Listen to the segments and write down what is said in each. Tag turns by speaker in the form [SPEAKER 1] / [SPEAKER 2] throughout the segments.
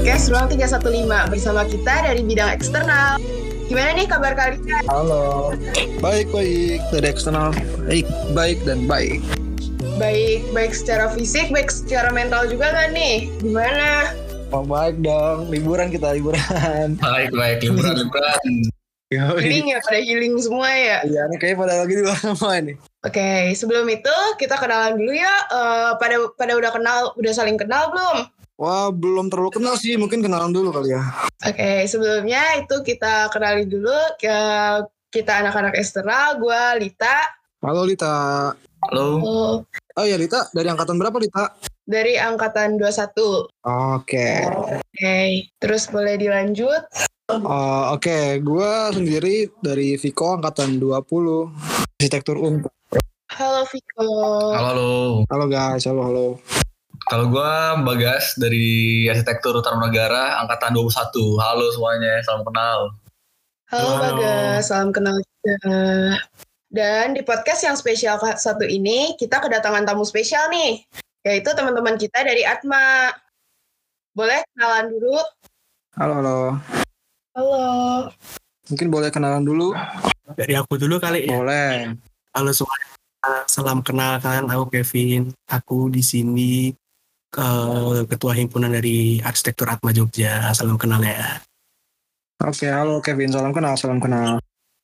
[SPEAKER 1] podcast Ruang 315 bersama kita dari bidang eksternal. Gimana nih kabar kalian?
[SPEAKER 2] Halo. Baik dari eksternal. Baik dan baik.
[SPEAKER 1] Baik secara fisik, baik secara mental juga kan nih? Gimana?
[SPEAKER 2] Oh, baik dong. Liburan.
[SPEAKER 3] Baik liburan.
[SPEAKER 1] Healing ya, pada healing semua ya?
[SPEAKER 2] Iya, ini kayaknya pada lagi di luar semua ini.
[SPEAKER 1] Oke, sebelum itu kita kenalan dulu ya. Pada udah saling kenal belum?
[SPEAKER 2] Wah, belum terlalu kenal sih. Mungkin kenalan dulu kali ya.
[SPEAKER 1] Oke, sebelumnya itu kita kenalin dulu ke kita anak-anak eksternal. Gue Lita.
[SPEAKER 2] Halo Lita.
[SPEAKER 3] Halo.
[SPEAKER 2] Oh ya Lita, dari angkatan berapa Lita?
[SPEAKER 1] Dari angkatan 21.
[SPEAKER 2] Oke.
[SPEAKER 1] Terus boleh dilanjut?
[SPEAKER 2] Oke. Gue sendiri dari Viko angkatan 20. Arsitektur Unpad.
[SPEAKER 1] Halo Viko.
[SPEAKER 2] Halo guys, halo.
[SPEAKER 3] Kalau gue Bagas dari Arsitektur Tarumanegara angkatan 21. Halo semuanya, salam kenal.
[SPEAKER 1] Halo Bagas, salam kenal juga. Dan di podcast yang spesial satu ini, kita kedatangan tamu spesial nih, yaitu teman-teman kita dari Atma. Boleh kenalan dulu?
[SPEAKER 2] Halo. Mungkin boleh kenalan dulu?
[SPEAKER 4] Dari aku dulu kali ya?
[SPEAKER 2] Boleh.
[SPEAKER 4] Halo semuanya, salam kenal kalian. Aku Kevin, aku di sini Ketua Himpunan dari Arsitektur Atma Jogja. Salam kenal ya.
[SPEAKER 2] Oke, halo Kevin, salam kenal.
[SPEAKER 3] Salam kenal.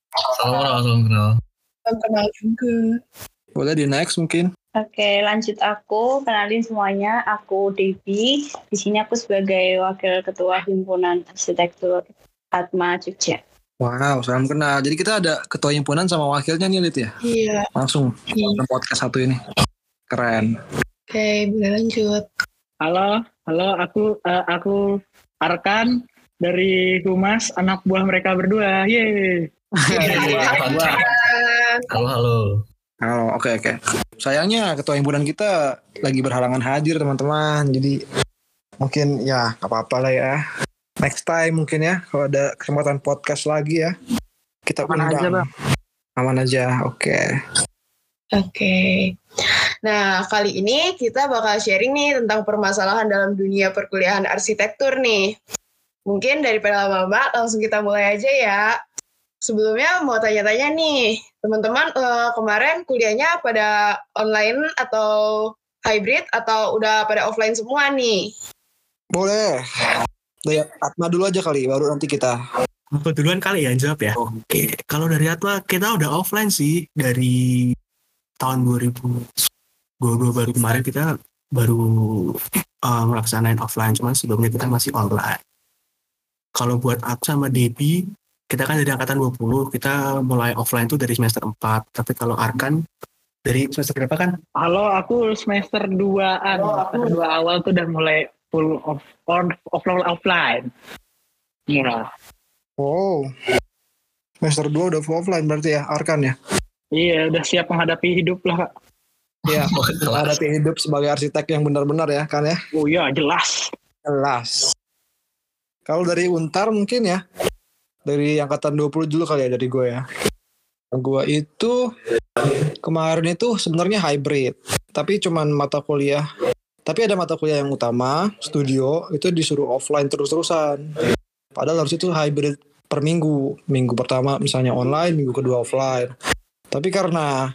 [SPEAKER 1] Salam kenal juga.
[SPEAKER 2] Boleh di next mungkin?
[SPEAKER 5] Oke, lanjut aku. Kenalin semuanya, aku Devi. Di sini aku sebagai Wakil Ketua Himpunan Arsitektur Atma Jogja.
[SPEAKER 2] Wow, salam kenal. Jadi kita ada ketua himpunan sama wakilnya nih, Lit ya?
[SPEAKER 1] Iya.
[SPEAKER 2] Langsung podcast satu ini. Keren.
[SPEAKER 1] Oke, boleh lanjut.
[SPEAKER 6] Halo, aku Arkan dari Humas, anak buah mereka berdua. Yeay.
[SPEAKER 3] Halo.
[SPEAKER 2] Oke. Sayangnya ketua himpunan kita lagi berhalangan hadir teman-teman. Jadi mungkin ya gak apa-apa lah ya. Next time mungkin ya kalau ada kesempatan podcast lagi ya. Kita
[SPEAKER 6] Aman aja, Bang.
[SPEAKER 2] Aman aja, oke.
[SPEAKER 1] Nah, kali ini kita bakal sharing nih tentang permasalahan dalam dunia perkuliahan arsitektur nih. Mungkin daripada lama-lama, langsung kita mulai aja ya. Sebelumnya mau tanya-tanya nih, teman-teman kemarin kuliahnya pada online atau hybrid atau udah pada offline semua nih?
[SPEAKER 2] Boleh. Dari Atma dulu aja kali, baru nanti kita.
[SPEAKER 4] Aku duluan kali ya jawab ya. Oke, kalau dari Atma kita udah offline sih dari tahun 2022 baru kemarin kita baru melaksanain offline, cuman sebelumnya kita masih online. Kalau buat aku sama Debbie, kita kan dari angkatan 20, kita mulai offline tuh dari semester 4. Tapi kalau Arkan dari semester berapa kan?
[SPEAKER 6] Halo, aku semester 2-an. Semester 2 awal tuh udah mulai full offline. Iya.
[SPEAKER 2] Oh. Semester 2 udah full offline berarti ya, Arkan ya?
[SPEAKER 6] Iya, udah siap menghadapi hidup lah, Kak.
[SPEAKER 2] Iya, menghadapi hidup sebagai arsitek yang benar-benar ya, kan ya?
[SPEAKER 6] Oh iya, jelas.
[SPEAKER 2] Kalau dari Untar mungkin ya, dari angkatan 20 dulu kali ya dari gue ya. Gue itu kemarin itu sebenarnya hybrid, tapi cuman mata kuliah. Tapi ada mata kuliah yang utama, studio, itu disuruh offline terus-terusan. Padahal harus itu hybrid per minggu. Minggu pertama misalnya online, minggu kedua offline. Tapi karena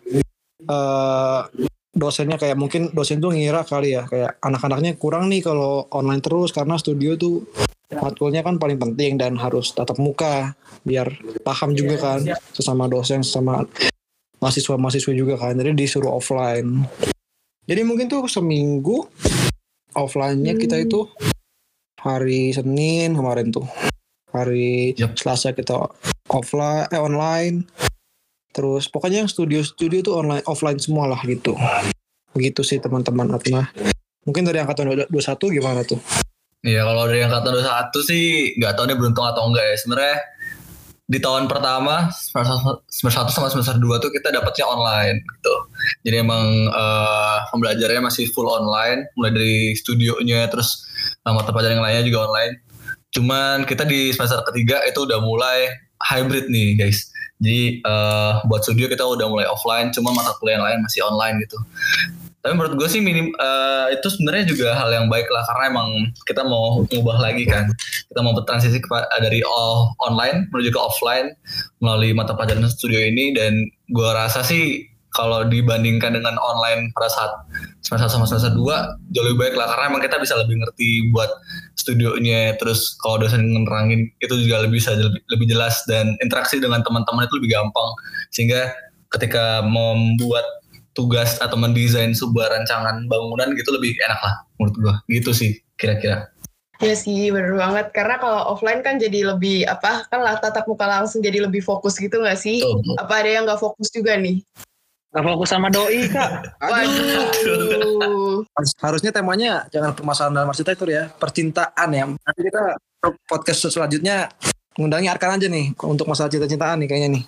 [SPEAKER 2] dosennya kayak mungkin dosen tuh ngira kali ya, kayak anak-anaknya kurang nih kalau online terus karena studio tuh matkulnya kan paling penting dan harus tatap muka biar paham juga kan sesama dosen, sesama mahasiswa juga kan. Jadi disuruh offline. Jadi mungkin tuh seminggu offline-nya kita itu hari Senin kemarin tuh. Hari Selasa kita online. Terus pokoknya yang studio tuh online offline semua lah gitu. Begitu sih teman-teman Atma. Mungkin dari angkatan 21 gimana tuh?
[SPEAKER 3] Iya, kalau dari angkatan 21 sih nggak tahu nih beruntung atau enggak ya. Sebenarnya di tahun pertama semester 1 sama semester 2 tuh kita dapatnya online gitu. Jadi emang pembelajarannya masih full online, mulai dari studionya terus mata pelajaran yang lainnya juga online. Cuman kita di semester ketiga itu udah mulai hybrid nih guys. Jadi buat studio kita udah mulai offline, cuma mata kuliah yang lain masih online gitu. Tapi menurut gue sih itu sebenarnya juga hal yang baik lah, karena emang kita mau ngubah lagi kan. Kita mau bertransisi dari online menuju ke offline melalui mata pelajaran studio ini, dan gue rasa sih kalau dibandingkan dengan online pada saat semester 1 sama semester 2 jauh lebih baik lah, karena emang kita bisa lebih ngerti buat studionya, terus kalau dosen ngerangin itu juga bisa lebih jelas, dan interaksi dengan teman-teman itu lebih gampang, sehingga ketika membuat tugas atau mendesain sebuah rancangan bangunan gitu lebih enak lah menurut gua gitu sih kira-kira.
[SPEAKER 1] Ya sih bener banget, karena kalau offline kan jadi lebih kan lah tatap muka langsung jadi lebih fokus gitu nggak sih?
[SPEAKER 3] Betul.
[SPEAKER 1] Apa ada yang nggak fokus juga nih?
[SPEAKER 6] Nggak fokus sama doi kak.
[SPEAKER 1] Waduh.
[SPEAKER 2] Harusnya temanya jangan permasalahan dalam arsitektur ya, percintaan ya. Nanti kita podcast selanjutnya ngundangnya Arkan aja nih untuk masalah cinta-cintaan nih kayaknya nih.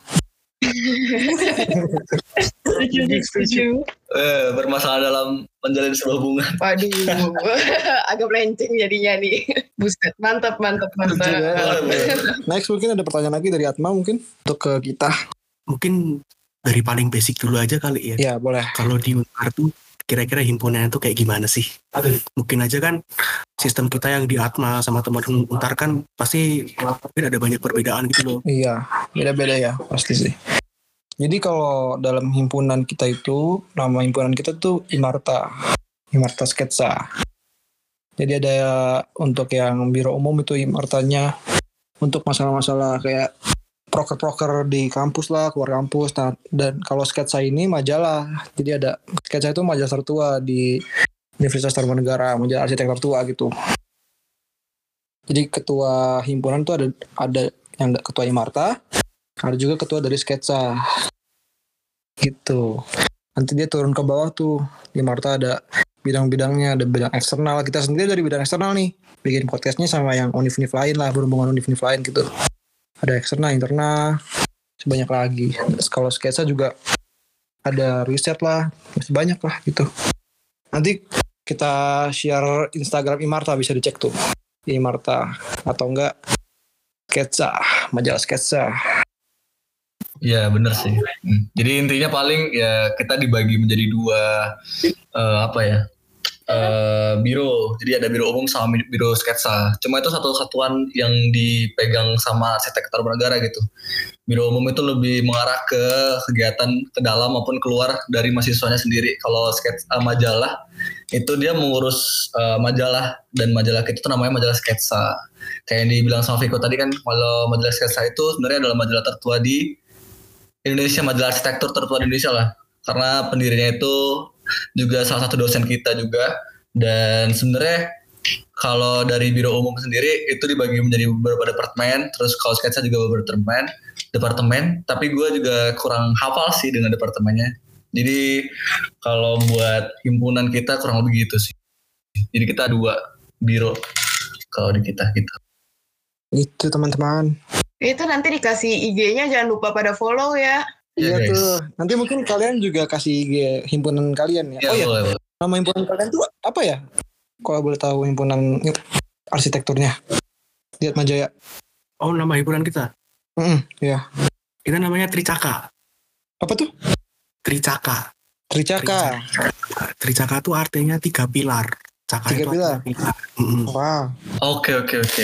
[SPEAKER 5] Setuju.
[SPEAKER 3] Bermasalah dalam menjalin sebuah hubungan.
[SPEAKER 1] Waduh, agak melenceng jadinya nih. Buset, mantap.
[SPEAKER 2] Next mungkin ada pertanyaan lagi dari Atma mungkin untuk ke kita.
[SPEAKER 4] Mungkin dari paling basic dulu aja kali ya.
[SPEAKER 2] Ya boleh.
[SPEAKER 4] Kalau di Untar tuh kira-kira himpunan itu kayak gimana sih? Mungkin aja kan sistem kita yang di Atma sama teman Untar kan pasti mungkin ada banyak perbedaan gitu loh.
[SPEAKER 2] Iya, beda-beda ya pasti sih. Jadi kalau dalam himpunan kita itu, nama himpunan kita tuh Imarta Sketsa. Jadi ada untuk yang biro umum itu Imartanya, untuk masalah-masalah kayak proker-proker di kampus lah, keluar kampus. Nah, dan kalau Sketsa ini majalah. Jadi ada Sketsa itu majalah tertua di Universitas Tarumanegara, majalah arsitek tertua gitu. Jadi ketua himpunan tuh ada yang ketua Imarta, ada juga ketua dari Sketsa gitu. Nanti dia turun ke bawah tuh. Di Imarta ada bidang-bidangnya, ada bidang eksternal. Kita sendiri dari bidang eksternal nih, bikin podcastnya sama yang univ-univ lain lah, berhubungan univ-univ lain gitu. Ada eksternal, internal, sebanyak lagi. Terus kalau Sketsa juga ada riset lah, masih banyak lah gitu. Nanti kita share Instagram Imarta, bisa dicek tuh Imarta, atau enggak Sketsa, majalah Sketsa.
[SPEAKER 3] Ya bener sih. Jadi intinya paling ya kita dibagi menjadi dua biro. Jadi ada biro umum sama biro Sketsa. Cuma itu satu satuan yang dipegang sama arsitek Tarumanegara gitu. Biro umum itu lebih mengarah ke kegiatan ke dalam maupun keluar dari mahasiswanya sendiri. Kalau majalah itu dia mengurus majalah, dan majalah kita itu namanya majalah Sketsa. Kayak yang dibilang sama Viko tadi kan, kalau majalah Sketsa itu sebenarnya adalah majalah tertua di Indonesia, majalah arsitektur tertua di Indonesia lah. Karena pendirinya itu juga salah satu dosen kita juga. Dan sebenarnya kalau dari biro umum sendiri itu dibagi menjadi beberapa departemen. Terus kalau Sketsa juga beberapa departemen. Tapi gue juga kurang hafal sih dengan departemennya. Jadi kalau buat himpunan kita kurang lebih gitu sih. Jadi kita 2 biro kalau di kita gitu.
[SPEAKER 2] Itu teman-teman.
[SPEAKER 1] Itu nanti dikasih IG-nya, jangan lupa pada follow ya.
[SPEAKER 2] Iya
[SPEAKER 3] guys.
[SPEAKER 2] tuh. Nanti mungkin kalian juga kasih IG himpunan kalian ya.
[SPEAKER 3] Ya,
[SPEAKER 2] Oh ya,
[SPEAKER 3] boleh.
[SPEAKER 2] nama himpunan kalian tuh apa ya? Kalau boleh tahu himpunan arsitekturnya di Atma Jaya.
[SPEAKER 4] Oh, nama himpunan kita?
[SPEAKER 2] Iya.
[SPEAKER 4] Kita namanya Tricaka.
[SPEAKER 2] Apa tuh?
[SPEAKER 4] Tricaka.
[SPEAKER 2] Tricaka
[SPEAKER 4] Tricaka tuh artinya 3 pilar. Caka
[SPEAKER 2] 3
[SPEAKER 4] itu
[SPEAKER 2] pilar.
[SPEAKER 4] pilar.
[SPEAKER 2] Wow.
[SPEAKER 3] Oke.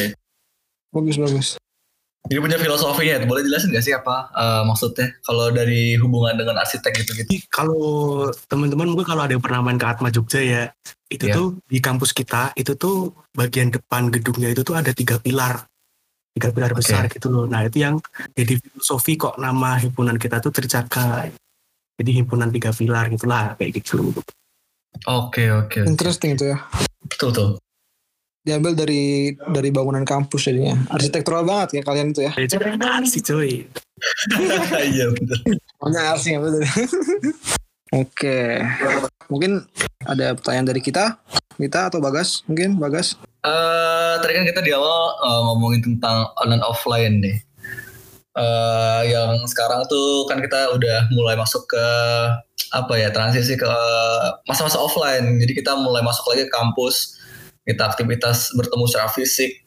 [SPEAKER 2] Bagus.
[SPEAKER 3] Jadi punya filosofinya, boleh jelasin nggak sih apa maksudnya? Kalau dari hubungan dengan arsitek gitu.
[SPEAKER 4] Jadi kalau teman-teman mungkin kalau ada yang pernah main ke Atma Jogja ya, itu tuh di kampus kita itu tuh bagian depan gedungnya itu tuh ada 3 pilar besar gitu loh. Nah itu yang jadi filosofi kok nama himpunan kita tuh Tricaka. Jadi himpunan 3 pilar gitulah kayak gitu.
[SPEAKER 3] Oke.
[SPEAKER 2] Interesting itu ya.
[SPEAKER 3] Betul.
[SPEAKER 2] Diambil dari bangunan kampus jadinya. Arsitektural banget ya kalian itu ya.
[SPEAKER 4] Sih coy.
[SPEAKER 3] Iya betul.
[SPEAKER 2] Banyak arsi ya betul. Oke. Mungkin ada pertanyaan dari kita atau Bagas? Mungkin Bagas.
[SPEAKER 3] Tadi kan kita di awal ngomongin tentang online offline nih. Yang sekarang tuh kan kita udah mulai masuk ke transisi ke masa-masa offline. Jadi kita mulai masuk lagi ke kampus. Kita aktivitas bertemu secara fisik,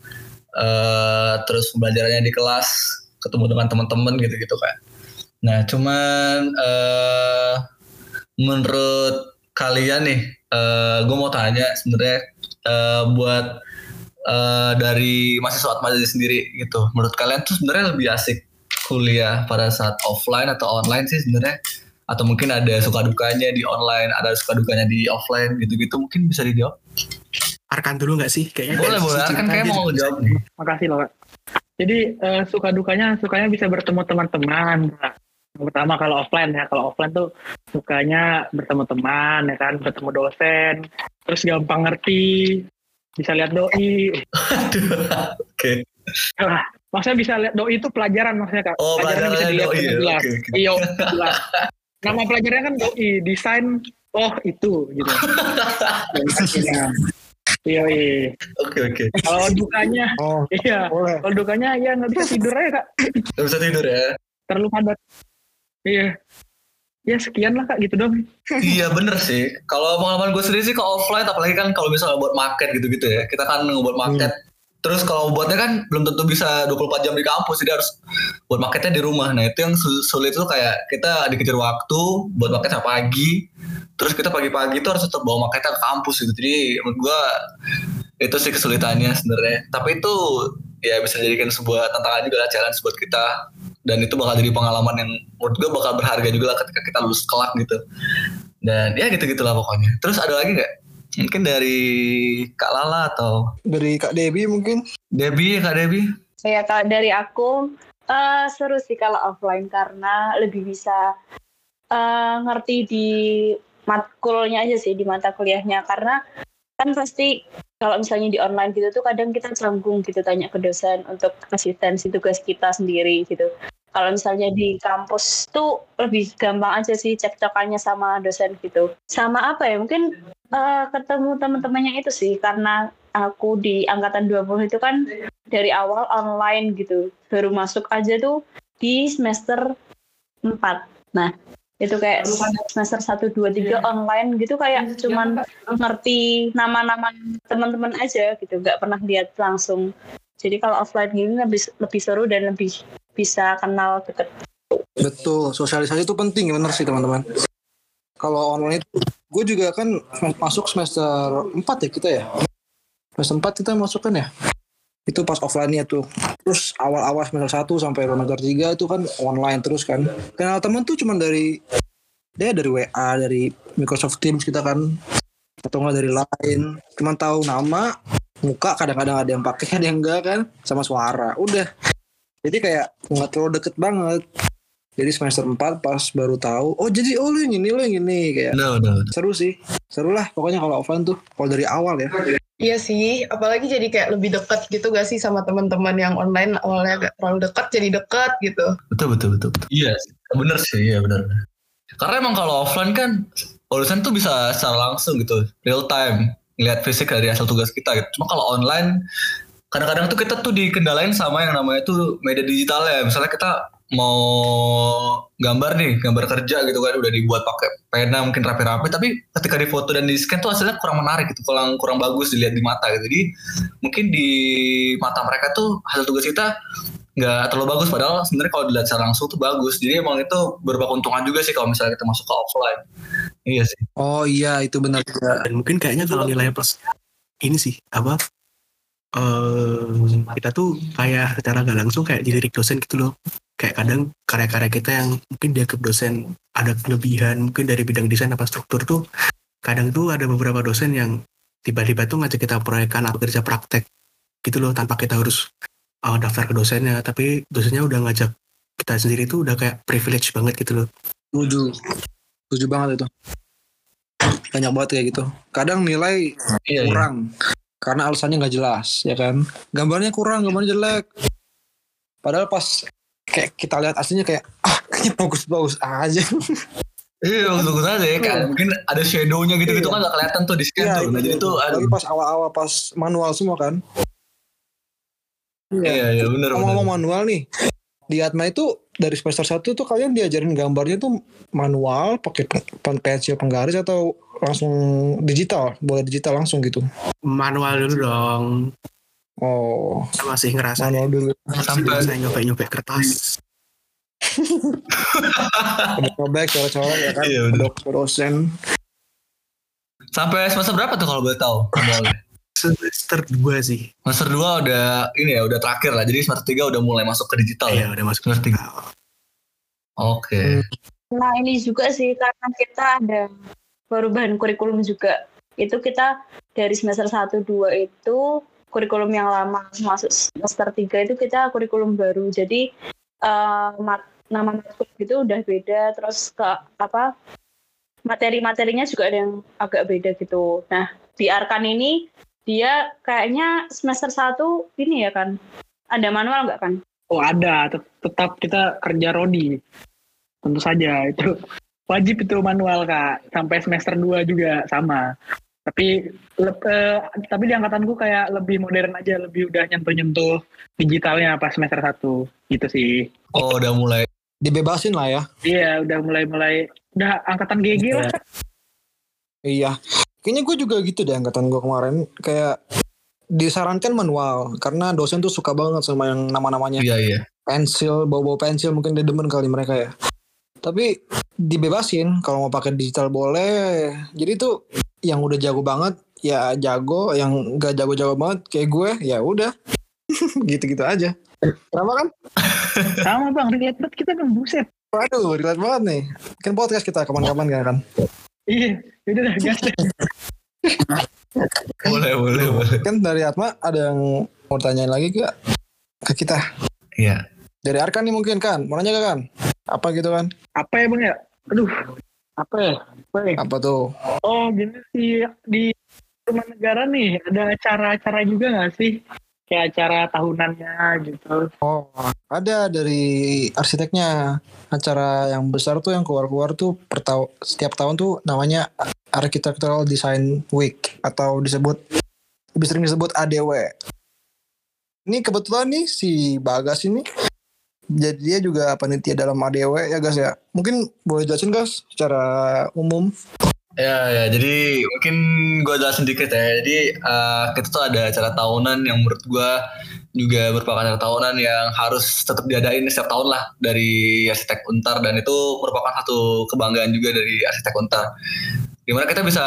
[SPEAKER 3] terus pembelajarannya di kelas, ketemu dengan teman-teman gitu kan. Nah, cuman menurut kalian nih, gue mau tanya sebenarnya buat dari mahasiswa Atmaja sendiri gitu. Menurut kalian tuh sebenarnya lebih asik kuliah pada saat offline atau online sih sebenarnya? Atau mungkin ada suka dukanya di online, ada suka dukanya di offline gitu-gitu, mungkin bisa dijawab?
[SPEAKER 4] Arkan dulu nggak sih? Kayaknya
[SPEAKER 3] Boleh. Arkan kayak mau jawab nih.
[SPEAKER 6] Makasih loh, Kak. Jadi suka dukanya bisa bertemu teman-teman. Nah, yang pertama kalau offline tuh sukanya bertemu teman ya kan, bertemu dosen, terus gampang ngerti, bisa lihat doi.
[SPEAKER 3] Oke.
[SPEAKER 6] Nah, maksudnya bisa lihat doi itu pelajaran maksudnya Kak.
[SPEAKER 3] Oh,
[SPEAKER 6] pelajaran bisa dilihat dengan jelas.
[SPEAKER 3] Okay.
[SPEAKER 6] Iya, jelas. Nama pelajarannya kan doi, desain. Oh itu gitu. Iya.
[SPEAKER 3] Oke.
[SPEAKER 6] Kalau dukanya, iya.
[SPEAKER 2] Boleh.
[SPEAKER 6] Kalau dukanya ya nggak bisa tidur aja Kak.
[SPEAKER 3] Nggak bisa tidur ya?
[SPEAKER 6] Terlalu padat. Iya. Ya sekian lah Kak gitu dong.
[SPEAKER 3] Iya bener sih. Kalau pengalaman gue sendiri sih kalau offline, apalagi kan kalau misalnya buat market gitu-gitu ya. Kita kan ngebuat market. Terus kalau buatnya kan belum tentu bisa 24 jam di kampus. Jadi harus buat marketnya di rumah. Nah itu yang sulit tuh kayak kita dikejar waktu buat marketnya pagi. Terus kita pagi-pagi tuh harus tetap bawa marketnya ke kampus gitu. Jadi menurut gue itu sih kesulitannya sebenarnya. Tapi itu ya bisa dijadikan sebuah tantangan juga lah, challenge buat kita. Dan itu bakal jadi pengalaman yang menurut gue bakal berharga juga lah ketika kita lulus kelak gitu. Dan ya gitu-gitulah pokoknya. Terus ada lagi gak? Mungkin dari Kak Lala atau
[SPEAKER 2] Dari Kak Debbie mungkin?
[SPEAKER 3] Kak Debbie?
[SPEAKER 5] Ya kalau dari aku seru sih kalau offline karena lebih bisa ngerti di matkulnya aja sih, di mata kuliahnya. Karena kan pasti kalau misalnya di online gitu tuh kadang kita canggung gitu tanya ke dosen untuk asistensi tugas kita sendiri gitu. Kalau misalnya di kampus tuh lebih gampang aja sih cekcokannya sama dosen gitu. Sama apa ya, mungkin ketemu teman-temannya itu sih, karena aku di angkatan 20 itu kan dari awal online gitu. Baru masuk aja tuh di semester 4. Nah, itu kayak semester 1, 2, 3 online gitu, kayak cuman ngerti nama-nama teman-teman aja gitu, nggak pernah lihat langsung. Jadi kalau offline gini lebih seru dan lebih bisa kenal deket.
[SPEAKER 2] Betul, sosialisasi itu penting, bener sih teman-teman. Kalau online itu, gue juga kan masuk semester 4 ya kita ya. Semester 4 kita masuk kan ya. Itu pas offline-nya tuh. Terus awal-awal semester 1 sampai semester 3 itu kan online terus kan. Kenal teman tuh cuma dari WA, dari Microsoft Teams kita kan. Atau enggak dari Line. Cuma tahu nama, muka, kadang-kadang ada yang pakai, ada yang enggak kan, sama suara. Udah. Jadi kayak nggak terlalu deket banget. Jadi semester 4 pas baru tahu, oh jadi lu yang ini kayak.
[SPEAKER 3] No.
[SPEAKER 2] Seru sih. Seru lah pokoknya kalau offline tuh. Kalau dari awal ya.
[SPEAKER 1] Iya sih, apalagi jadi kayak lebih dekat gitu gak sih sama teman-teman yang online, awalnya gak terlalu dekat jadi dekat gitu.
[SPEAKER 3] Betul. Iya, bener sih, iya bener. Karena emang kalau offline kan urusan tuh bisa secara langsung gitu, real time, ngeliat fisik dari hasil tugas kita gitu. Cuma kalau online, kadang-kadang tuh kita tuh dikendalain sama yang namanya tuh media digital ya. Misalnya kita mau gambar kerja gitu kan, udah dibuat pakai pena mungkin rapi-rapi, tapi ketika difoto dan di scan tuh hasilnya kurang menarik gitu, kurang bagus dilihat di mata gitu. Jadi mungkin di mata mereka tuh hasil tugas kita nggak terlalu bagus, padahal sebenarnya kalau dilihat secara langsung tuh bagus. Jadi emang itu berupa keuntungan juga sih kalau misalnya kita masuk ke offline. Iya sih.
[SPEAKER 2] Oh iya, itu benar juga.
[SPEAKER 4] Dan mungkin kayaknya kalau nilai plus ini sih apa, kita tuh kayak secara gak langsung kayak dilirik dosen gitu loh. Kayak kadang karya-karya kita yang mungkin dianggap dosen ada kelebihan mungkin dari bidang desain apa struktur tuh, kadang tuh ada beberapa dosen yang tiba-tiba tuh ngajak kita proyekan atau kerja praktek gitu loh, tanpa kita harus daftar ke dosennya, tapi dosennya udah ngajak kita sendiri tuh udah kayak privilege banget gitu loh.
[SPEAKER 2] Setuju banget itu. Banyak banget kayak gitu. Kadang nilai kurang karena alasannya nggak jelas, ya kan? Gambarnya kurang, gambarnya jelek. Padahal pas kayak kita lihat aslinya kayak kayaknya bagus-bagus aja.
[SPEAKER 3] Iya, bagus-bagus aja ya kan. Mungkin ada shadow-nya gitu-gitu kan nggak kelihatan tuh di scan tuh. Nah, jadi tuh
[SPEAKER 2] lagi pas awal-awal pas manual semua kan.
[SPEAKER 3] Iya benar.
[SPEAKER 2] Ngomong manual nih. Di Atma itu dari semester 1 tuh kalian diajarin gambarnya tuh manual pakai pensil penggaris atau langsung digital? Boleh digital langsung gitu?
[SPEAKER 4] Manual dulu dong.
[SPEAKER 2] Oh,
[SPEAKER 4] masih ngerasa
[SPEAKER 2] manual dulu.
[SPEAKER 4] Sampai saya nyobek kertas.
[SPEAKER 2] Sobek coret-coret ya kan.
[SPEAKER 3] Iya,
[SPEAKER 2] Dok dosen.
[SPEAKER 3] Sampai semester berapa tuh kalau boleh tahu?
[SPEAKER 4] Semester 2 sih.
[SPEAKER 3] Semester 2 udah ini ya, udah terakhir lah. Jadi semester 3 udah mulai masuk ke digital ya.
[SPEAKER 4] Iya, udah masuk
[SPEAKER 3] Semester 3. Oke.
[SPEAKER 5] Nah ini juga sih karena kita ada perubahan kurikulum juga. Itu kita dari semester 1-2 itu kurikulum yang lama, masuk semester 3 itu kita kurikulum baru. Jadi nama matkul itu udah beda, terus materi-materinya juga ada yang agak beda gitu. Nah di Arkan ini dia kayaknya semester 1 ini ya kan, ada manual nggak kan?
[SPEAKER 6] Oh ada, tetap kita kerja Rodi. Tentu saja itu wajib itu manual Kak, sampai semester 2 juga sama. Tapi di angkatanku kayak lebih modern aja, lebih udah nyentuh-nyentuh digitalnya pas semester 1 gitu sih.
[SPEAKER 3] Oh udah mulai
[SPEAKER 2] Dibebasin lah ya.
[SPEAKER 6] Iya udah mulai udah angkatan GG lah.
[SPEAKER 2] Iya. Kayaknya gue juga gitu deh angkatan gue kemarin. Kayak disarankan manual karena dosen tuh suka banget sama yang nama-namanya.
[SPEAKER 3] Iya.
[SPEAKER 2] Pensil, bawa pensil, mungkin dia demen kali mereka ya. Tapi dibebasin kalau mau pakai digital boleh. Jadi tuh yang udah jago banget ya jago, yang gak jago-jago banget kayak gue ya udah. Gitu-gitu aja. Kenapa kan?
[SPEAKER 6] Sama bang, relate banget kita bang, buset.
[SPEAKER 2] Waduh, relate banget nih. Bikin podcast kita kapan-kapan kan?
[SPEAKER 6] Iya, udah dah gas deh.
[SPEAKER 3] Boleh.
[SPEAKER 2] Kan dari Atma ada yang mau tanyain lagi gak ke kita?
[SPEAKER 3] Iya.
[SPEAKER 2] Dari Arkan nih mungkin kan, mau nanya gak kan? Apa gitu kan?
[SPEAKER 6] Apa ya bang ya? Aduh, apa ya?
[SPEAKER 2] Apa tuh?
[SPEAKER 6] Oh gini sih, di rumah negara nih ada acara-acara juga gak sih? Kayak acara tahunannya gitu.
[SPEAKER 2] Oh, ada dari arsiteknya. Acara yang besar tuh yang keluar-keluar tuh setiap tahun tuh namanya Architectural Design Week atau lebih sering disebut ADW. Ini kebetulan nih si Bagas ini jadi dia juga panitia dalam ADW ya guys ya. Mungkin boleh jelasin guys secara umum.
[SPEAKER 3] Ya, jadi mungkin gue jelasin sedikit ya. Jadi kita tuh ada acara tahunan yang menurut gue juga merupakan acara tahunan yang harus tetap diadain setiap tahun lah dari Arsitek Untar, dan itu merupakan satu kebanggaan juga dari Arsitek Untar. Dimana kita bisa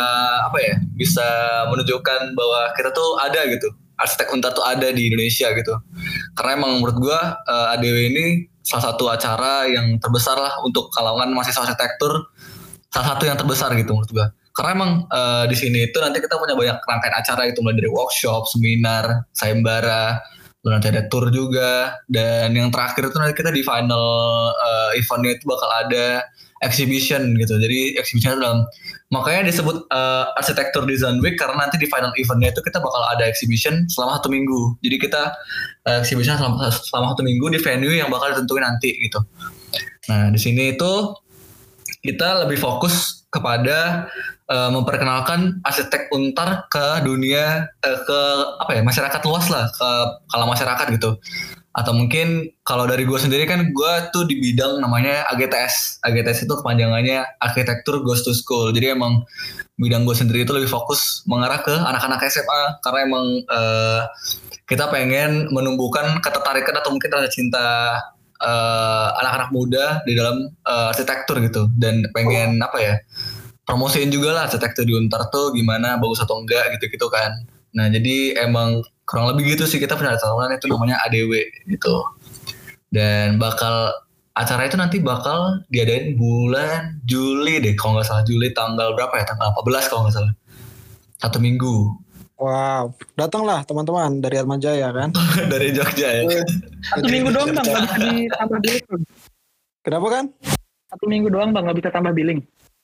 [SPEAKER 3] bisa menunjukkan bahwa kita tuh ada gitu. Arsitek Untar tuh ada di Indonesia gitu. Karena emang menurut gue ADW ini salah satu acara yang terbesar lah untuk kalangan mahasiswa arsitektur, salah satu yang terbesar gitu menurut gue. Karena emang di sini itu nanti kita punya banyak rangkaian acara gitu, mulai dari workshop, seminar, sayembara, lalu nanti ada tour juga, dan yang terakhir itu nanti kita di final eventnya itu bakal ada exhibition gitu. Jadi exhibition dalam, makanya disebut Architecture Design Week, karena nanti di final eventnya itu kita bakal ada exhibition selama 1 minggu. Jadi kita exhibition selama 1 minggu di venue yang bakal ditentuin nanti gitu. Nah di sini itu kita lebih fokus kepada memperkenalkan arsitek Untar ke dunia, ke masyarakat luas lah, ke kalangan masyarakat gitu. Atau mungkin kalau dari gue sendiri kan gue tuh di bidang namanya AGTS. AGTS itu kepanjangannya Architecture Goes to School. Jadi emang bidang gue sendiri itu lebih fokus mengarah ke anak-anak SMA, karena emang kita pengen menumbuhkan ketertarikan atau mungkin rasa cinta anak-anak muda di dalam arsitektur gitu, dan pengen promosiin juga lah arsitektur di Untar tuh gimana, bagus atau enggak gitu-gitu kan. Nah jadi emang kurang lebih gitu sih, kita punya tahunan itu namanya ADW gitu, dan acara itu nanti bakal diadain bulan Juli deh kalau nggak salah. Juli tanggal berapa ya, tanggal 14 kalau nggak salah, 1 minggu.
[SPEAKER 2] Wow, datanglah teman-teman dari Atmajaya kan.
[SPEAKER 3] Dari Jogja ya.
[SPEAKER 6] 1 minggu doang bang, nggak bisa ditambah billing.
[SPEAKER 2] Kenapa kan?
[SPEAKER 6] 1 minggu doang bang, nggak bisa tambah billing.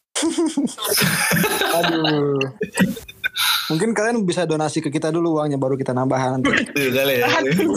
[SPEAKER 2] Aduh. Mungkin kalian bisa donasi ke kita dulu uangnya, baru kita nambah nanti.
[SPEAKER 3] Kali ya.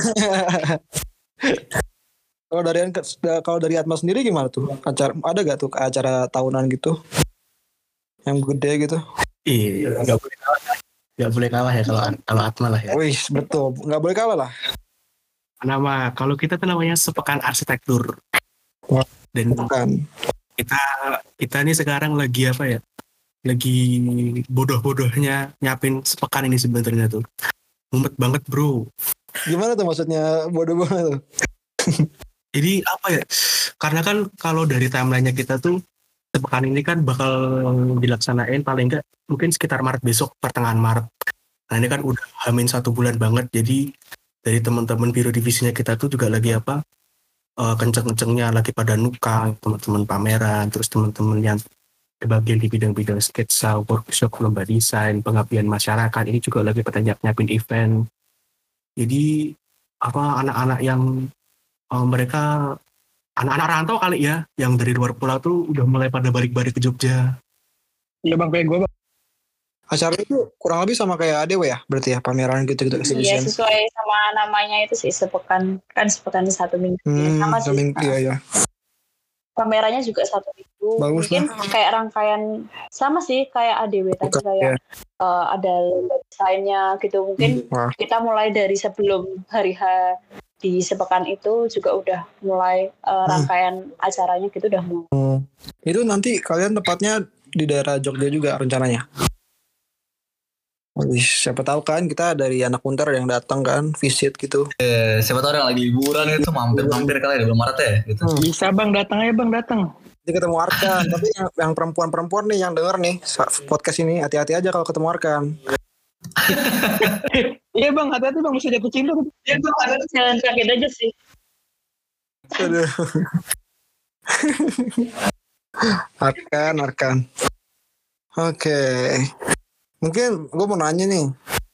[SPEAKER 2] Kalau dari Atma sendiri gimana tuh? Ada gak tuh acara tahunan gitu yang gede gitu?
[SPEAKER 4] Iya, nggak boleh kalah ya kalau Atma lah ya.
[SPEAKER 2] Wih, betul, nggak boleh kalah lah.
[SPEAKER 4] Kalau kita tuh namanya Sepekan Arsitektur. Dan
[SPEAKER 2] bukan.
[SPEAKER 4] Kita nih sekarang lagi lagi bodoh-bodohnya nyiapin sepekan ini sebenarnya tuh. Mumet banget bro.
[SPEAKER 2] Gimana tuh maksudnya bodoh-bodoh tuh?
[SPEAKER 4] Jadi karena kan kalau dari timelinenya kita tuh sepekan ini kan bakal dilaksanain paling enggak mungkin sekitar Maret besok, pertengahan Maret. Nah ini kan udah hamin 1 bulan banget, jadi dari teman-teman biro divisinya kita tuh juga lagi kenceng-kencengnya lagi pada nuka, teman-teman pameran, terus teman-teman yang bagian di bidang-bidang sketsa, workshop, lomba desain, pengabdian masyarakat, ini juga lagi pada nyiapin event. Jadi anak-anak yang mereka anak-anak rantau kali ya, yang dari luar pulau tuh udah mulai pada balik-balik ke Jogja.
[SPEAKER 6] Iya bang, kayak gue bang.
[SPEAKER 2] Acara itu kurang lebih sama kayak ADW ya, berarti ya, pameran gitu-gitu
[SPEAKER 5] Iya
[SPEAKER 2] exhibition.
[SPEAKER 5] sesuai sama namanya itu sih, sepekan 1 minggu. Sama sih.
[SPEAKER 2] Iya.
[SPEAKER 5] Pamerannya juga 1 minggu.
[SPEAKER 2] Bagus
[SPEAKER 5] Mungkin kayak rangkaian sama sih kayak ADW tadi, kayak ada lomba desainnya gitu. Mungkin kita mulai dari sebelum hari H di sepekan itu juga udah mulai rangkaian acaranya gitu udah mulai.
[SPEAKER 2] Itu nanti kalian tepatnya di daerah Jogja juga rencananya? Siapa tahu kan kita dari anak Untar yang datang kan visit gitu.
[SPEAKER 3] Siapa tahu yang lagi liburan itu mampir kali di bulan Maret ya gitu.
[SPEAKER 6] Bisa bang, datang aja bang, datang.
[SPEAKER 2] Jadi ketemu Arkan. Tapi yang perempuan nih yang denger nih podcast ini, hati-hati aja kalau ketemu Arkan.
[SPEAKER 6] Iya bang, hati-hati bang, bisa jatuh cinta.
[SPEAKER 5] Iya bang, jangan kaget aja sih.
[SPEAKER 2] Aduh. Arkan. Oke. Mungkin gue mau nanya nih.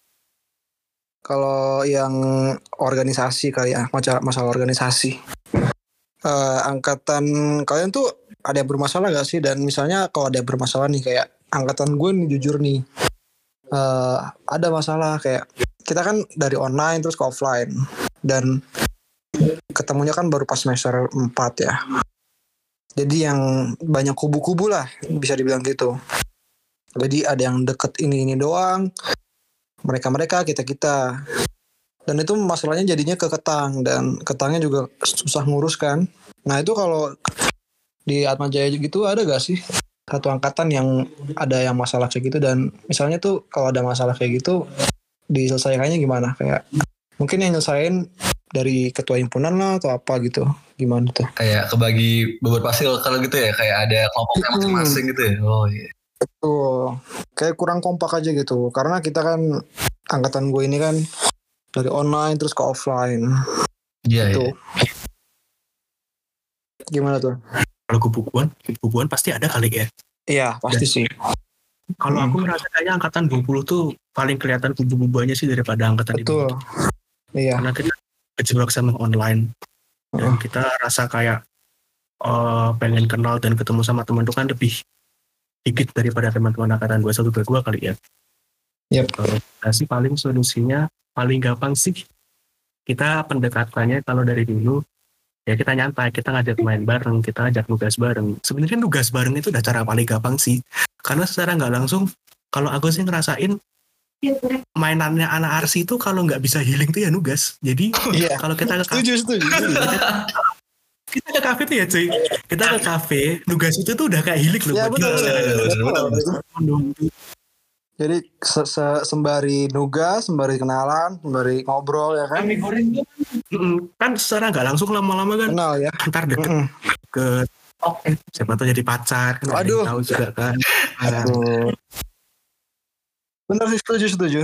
[SPEAKER 2] Kalau yang organisasi kali ya, masalah organisasi. Angkatan kalian tuh ada yang bermasalah gak sih? Dan misalnya kalau ada yang bermasalah nih, kayak angkatan gue nih jujur nih, ada masalah kayak kita kan dari online terus ke offline, dan ketemunya kan baru pas semester 4 ya. Jadi yang banyak kubu-kubu lah, bisa dibilang gitu. Jadi ada yang deket ini doang, mereka kita. Dan itu masalahnya jadinya ke Ketang, dan Ketangnya juga susah ngurus kan. Nah itu kalau di Atma Jaya gitu ada gak sih satu angkatan yang ada yang masalah kayak gitu, dan misalnya tuh kalau ada masalah kayak gitu diselesaikannya gimana? Kayak mungkin yang nyelesain dari ketua himpunan lah atau apa gitu, gimana tuh?
[SPEAKER 3] Kayak kebagi beberapa kalau gitu ya, kayak ada kelompoknya masing-masing gitu ya. Oh iya.
[SPEAKER 2] Betul. Kayak kurang kompak aja gitu, karena kita kan angkatan gue ini kan dari online terus ke offline.
[SPEAKER 3] Iya.
[SPEAKER 2] Gitu. Gimana tuh?
[SPEAKER 4] Kalau kubu-kubuan pasti ada kali ya.
[SPEAKER 2] Iya, pasti sih.
[SPEAKER 4] Kalau aku merasa kayaknya angkatan 20 tuh paling kelihatan kubu-kubuannya sih daripada angkatan
[SPEAKER 2] Betul. Iya.
[SPEAKER 4] Karena kita kejebak sama online. Dan kita rasa kayak pengen kenal dan ketemu sama teman itu kan lebih dikit daripada teman-teman angkatan 21-22 kali ya.
[SPEAKER 2] Yep.
[SPEAKER 4] Kalau sih paling solusinya paling gampang sih kita pendekatannya kalau dari dulu ya kita nyantai, kita ngajak main bareng, kita ngajak nugas bareng. Sebenarnya nugas bareng itu udah cara paling gampang sih, karena secara nggak langsung kalau aku sih ngerasain mainannya anak arsi itu kalau nggak bisa healing tuh ya nugas. Jadi kalau kita ke kafe,
[SPEAKER 2] setuju.
[SPEAKER 4] kita ke kafe tuh ya cuy, kita ke kafe nugas itu tuh udah kayak healing loh.
[SPEAKER 2] Ya,
[SPEAKER 4] buat
[SPEAKER 2] betul. Jadi sembari nugas, sembari kenalan, sembari ngobrol ya kan.
[SPEAKER 4] Kan secara nggak langsung lama-lama kan
[SPEAKER 2] kenal ya.
[SPEAKER 4] Ntar deket ke siapa tuh jadi pacar kan.
[SPEAKER 2] Aduh.
[SPEAKER 4] Tahu juga kan.
[SPEAKER 2] Aduh. Benar sih, setuju.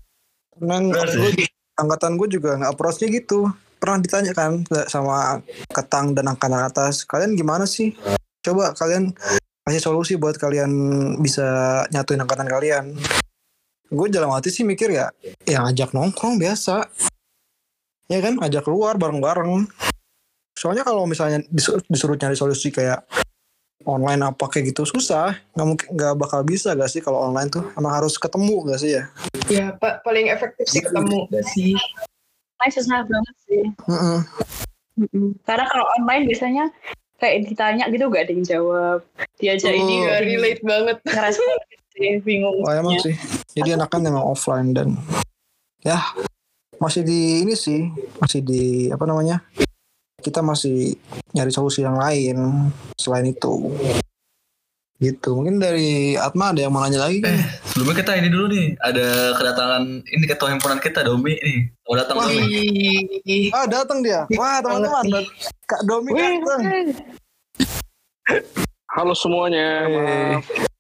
[SPEAKER 2] Angkatan gue juga nggak approach-nya gitu. Pernah ditanya kan sama Ketang dan angkatan atas, kalian gimana sih? Coba kalian kasih solusi buat kalian bisa nyatuin angkatan kalian. Gue dalam hati sih mikir ya ajak nongkrong biasa. Ya kan, ajak keluar bareng-bareng. Soalnya kalau misalnya disuruh nyari solusi kayak online apa kayak gitu susah, nggak bakal bisa gak sih kalau online tuh, emang harus ketemu gak sih ya?
[SPEAKER 1] Ya paling efektif sih ketemu gak sih?
[SPEAKER 5] Susah banget sih. Karena kalau online biasanya kayak ditanya gitu gak ada yang jawab, diajak ini
[SPEAKER 1] gak relate banget,
[SPEAKER 5] ngerasa sih bingung.
[SPEAKER 2] Emang sih, jadi enakan memang offline, dan ya masih di apa namanya, kita masih nyari solusi yang lain selain itu gitu. Mungkin dari Atma ada yang mau nanya lagi kan?
[SPEAKER 3] Sebelumnya kita ini dulu nih, ada kedatangan ini ketua himpunan kita, Domi nih. Mau datang Domi.
[SPEAKER 2] Datang dia. Wah, teman-teman, Kak Domi datang.
[SPEAKER 7] Halo semuanya, maaf.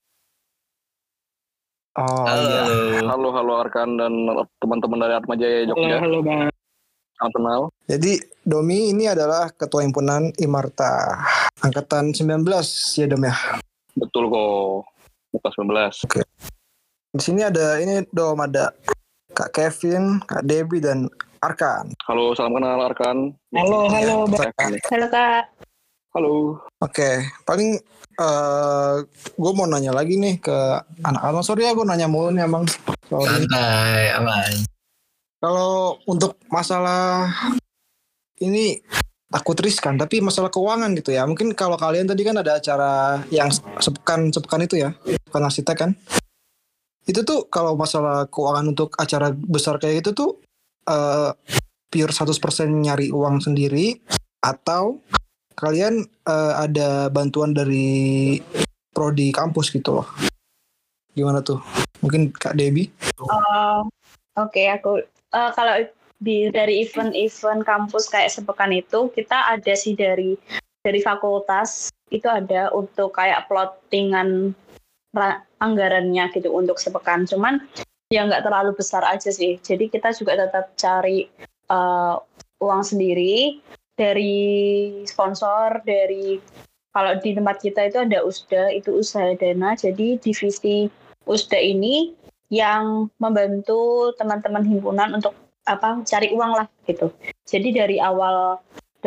[SPEAKER 2] Oh
[SPEAKER 3] Halo.
[SPEAKER 2] iya.
[SPEAKER 7] Halo Arkan dan teman-teman dari Atma Jaya Jogja.
[SPEAKER 6] Halo Bang.
[SPEAKER 7] Salam kenal.
[SPEAKER 2] Jadi Domi ini adalah ketua himpunan Imarta angkatan 19 ya Dom ya.
[SPEAKER 7] Betul kok. Buka 19.
[SPEAKER 2] Di sini ada Dom, ada Kak Kevin, Kak Debbie dan Arkan.
[SPEAKER 7] Halo, salam kenal Arkan.
[SPEAKER 6] Halo Bang.
[SPEAKER 5] Halo Kak.
[SPEAKER 7] Halo.
[SPEAKER 2] Oke, paling gue mau nanya lagi nih ke anak-anak. Sorry ya gue nanya mulu nih emang. Sorry.
[SPEAKER 3] Santai, aman.
[SPEAKER 2] Kalau untuk masalah ini takut riskan, tapi masalah keuangan gitu ya. Mungkin kalau kalian tadi kan ada acara yang sepekan itu ya, bukan arsitek kan? Itu tuh kalau masalah keuangan untuk acara besar kayak gitu tuh pure 100% nyari uang sendiri atau kalian ada bantuan dari prodi kampus gitu loh. Gimana tuh? Mungkin Kak Debbie?
[SPEAKER 5] Oke, aku kalau dari event-event kampus kayak sepekan itu kita ada sih dari fakultas itu ada untuk kayak plottingan anggarannya gitu untuk sepekan. Cuman ya nggak terlalu besar aja sih. Jadi kita juga tetap cari uang sendiri dari sponsor, dari kalau di tempat kita itu ada USDA, itu usaha dana. Jadi divisi USDA ini yang membantu teman-teman himpunan untuk cari uang lah gitu. Jadi dari awal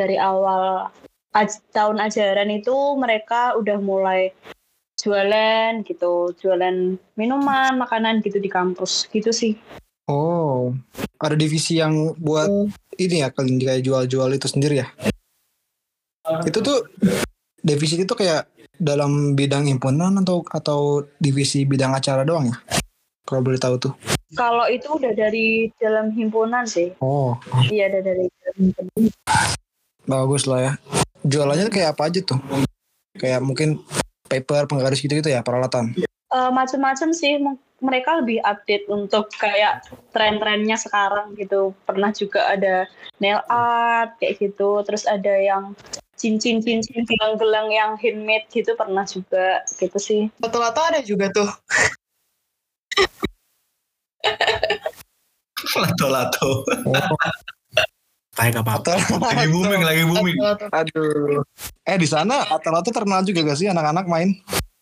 [SPEAKER 5] tahun ajaran itu mereka udah mulai jualan gitu, jualan minuman, makanan gitu di kampus gitu sih.
[SPEAKER 2] Oh, ada divisi yang buat ini ya, kalian kayak jual-jual itu sendiri ya? Itu tuh divisi itu kayak dalam bidang himpunan atau divisi bidang acara doang ya? Kalau boleh tahu tuh.
[SPEAKER 5] Kalau itu udah dari dalam himpunan sih.
[SPEAKER 2] Oh.
[SPEAKER 5] Iya, ada dari dalam himpunan.
[SPEAKER 2] Bagus lah ya. Jualannya kayak apa aja tuh? Kayak mungkin paper, penggaris gitu-gitu ya, peralatan?
[SPEAKER 5] Macam-macam sih. Mereka lebih update untuk kayak tren-trennya sekarang gitu. Pernah juga ada nail art kayak gitu. Terus ada yang cincin, gelang-gelang yang handmade gitu pernah juga gitu sih.
[SPEAKER 1] Lato-lato ada juga tuh.
[SPEAKER 3] Lato-lato.
[SPEAKER 4] Kayak apa?
[SPEAKER 3] Lagi booming.
[SPEAKER 1] Lato-lato.
[SPEAKER 2] Aduh. Di sana lato-lato terkenal juga gak sih anak-anak main?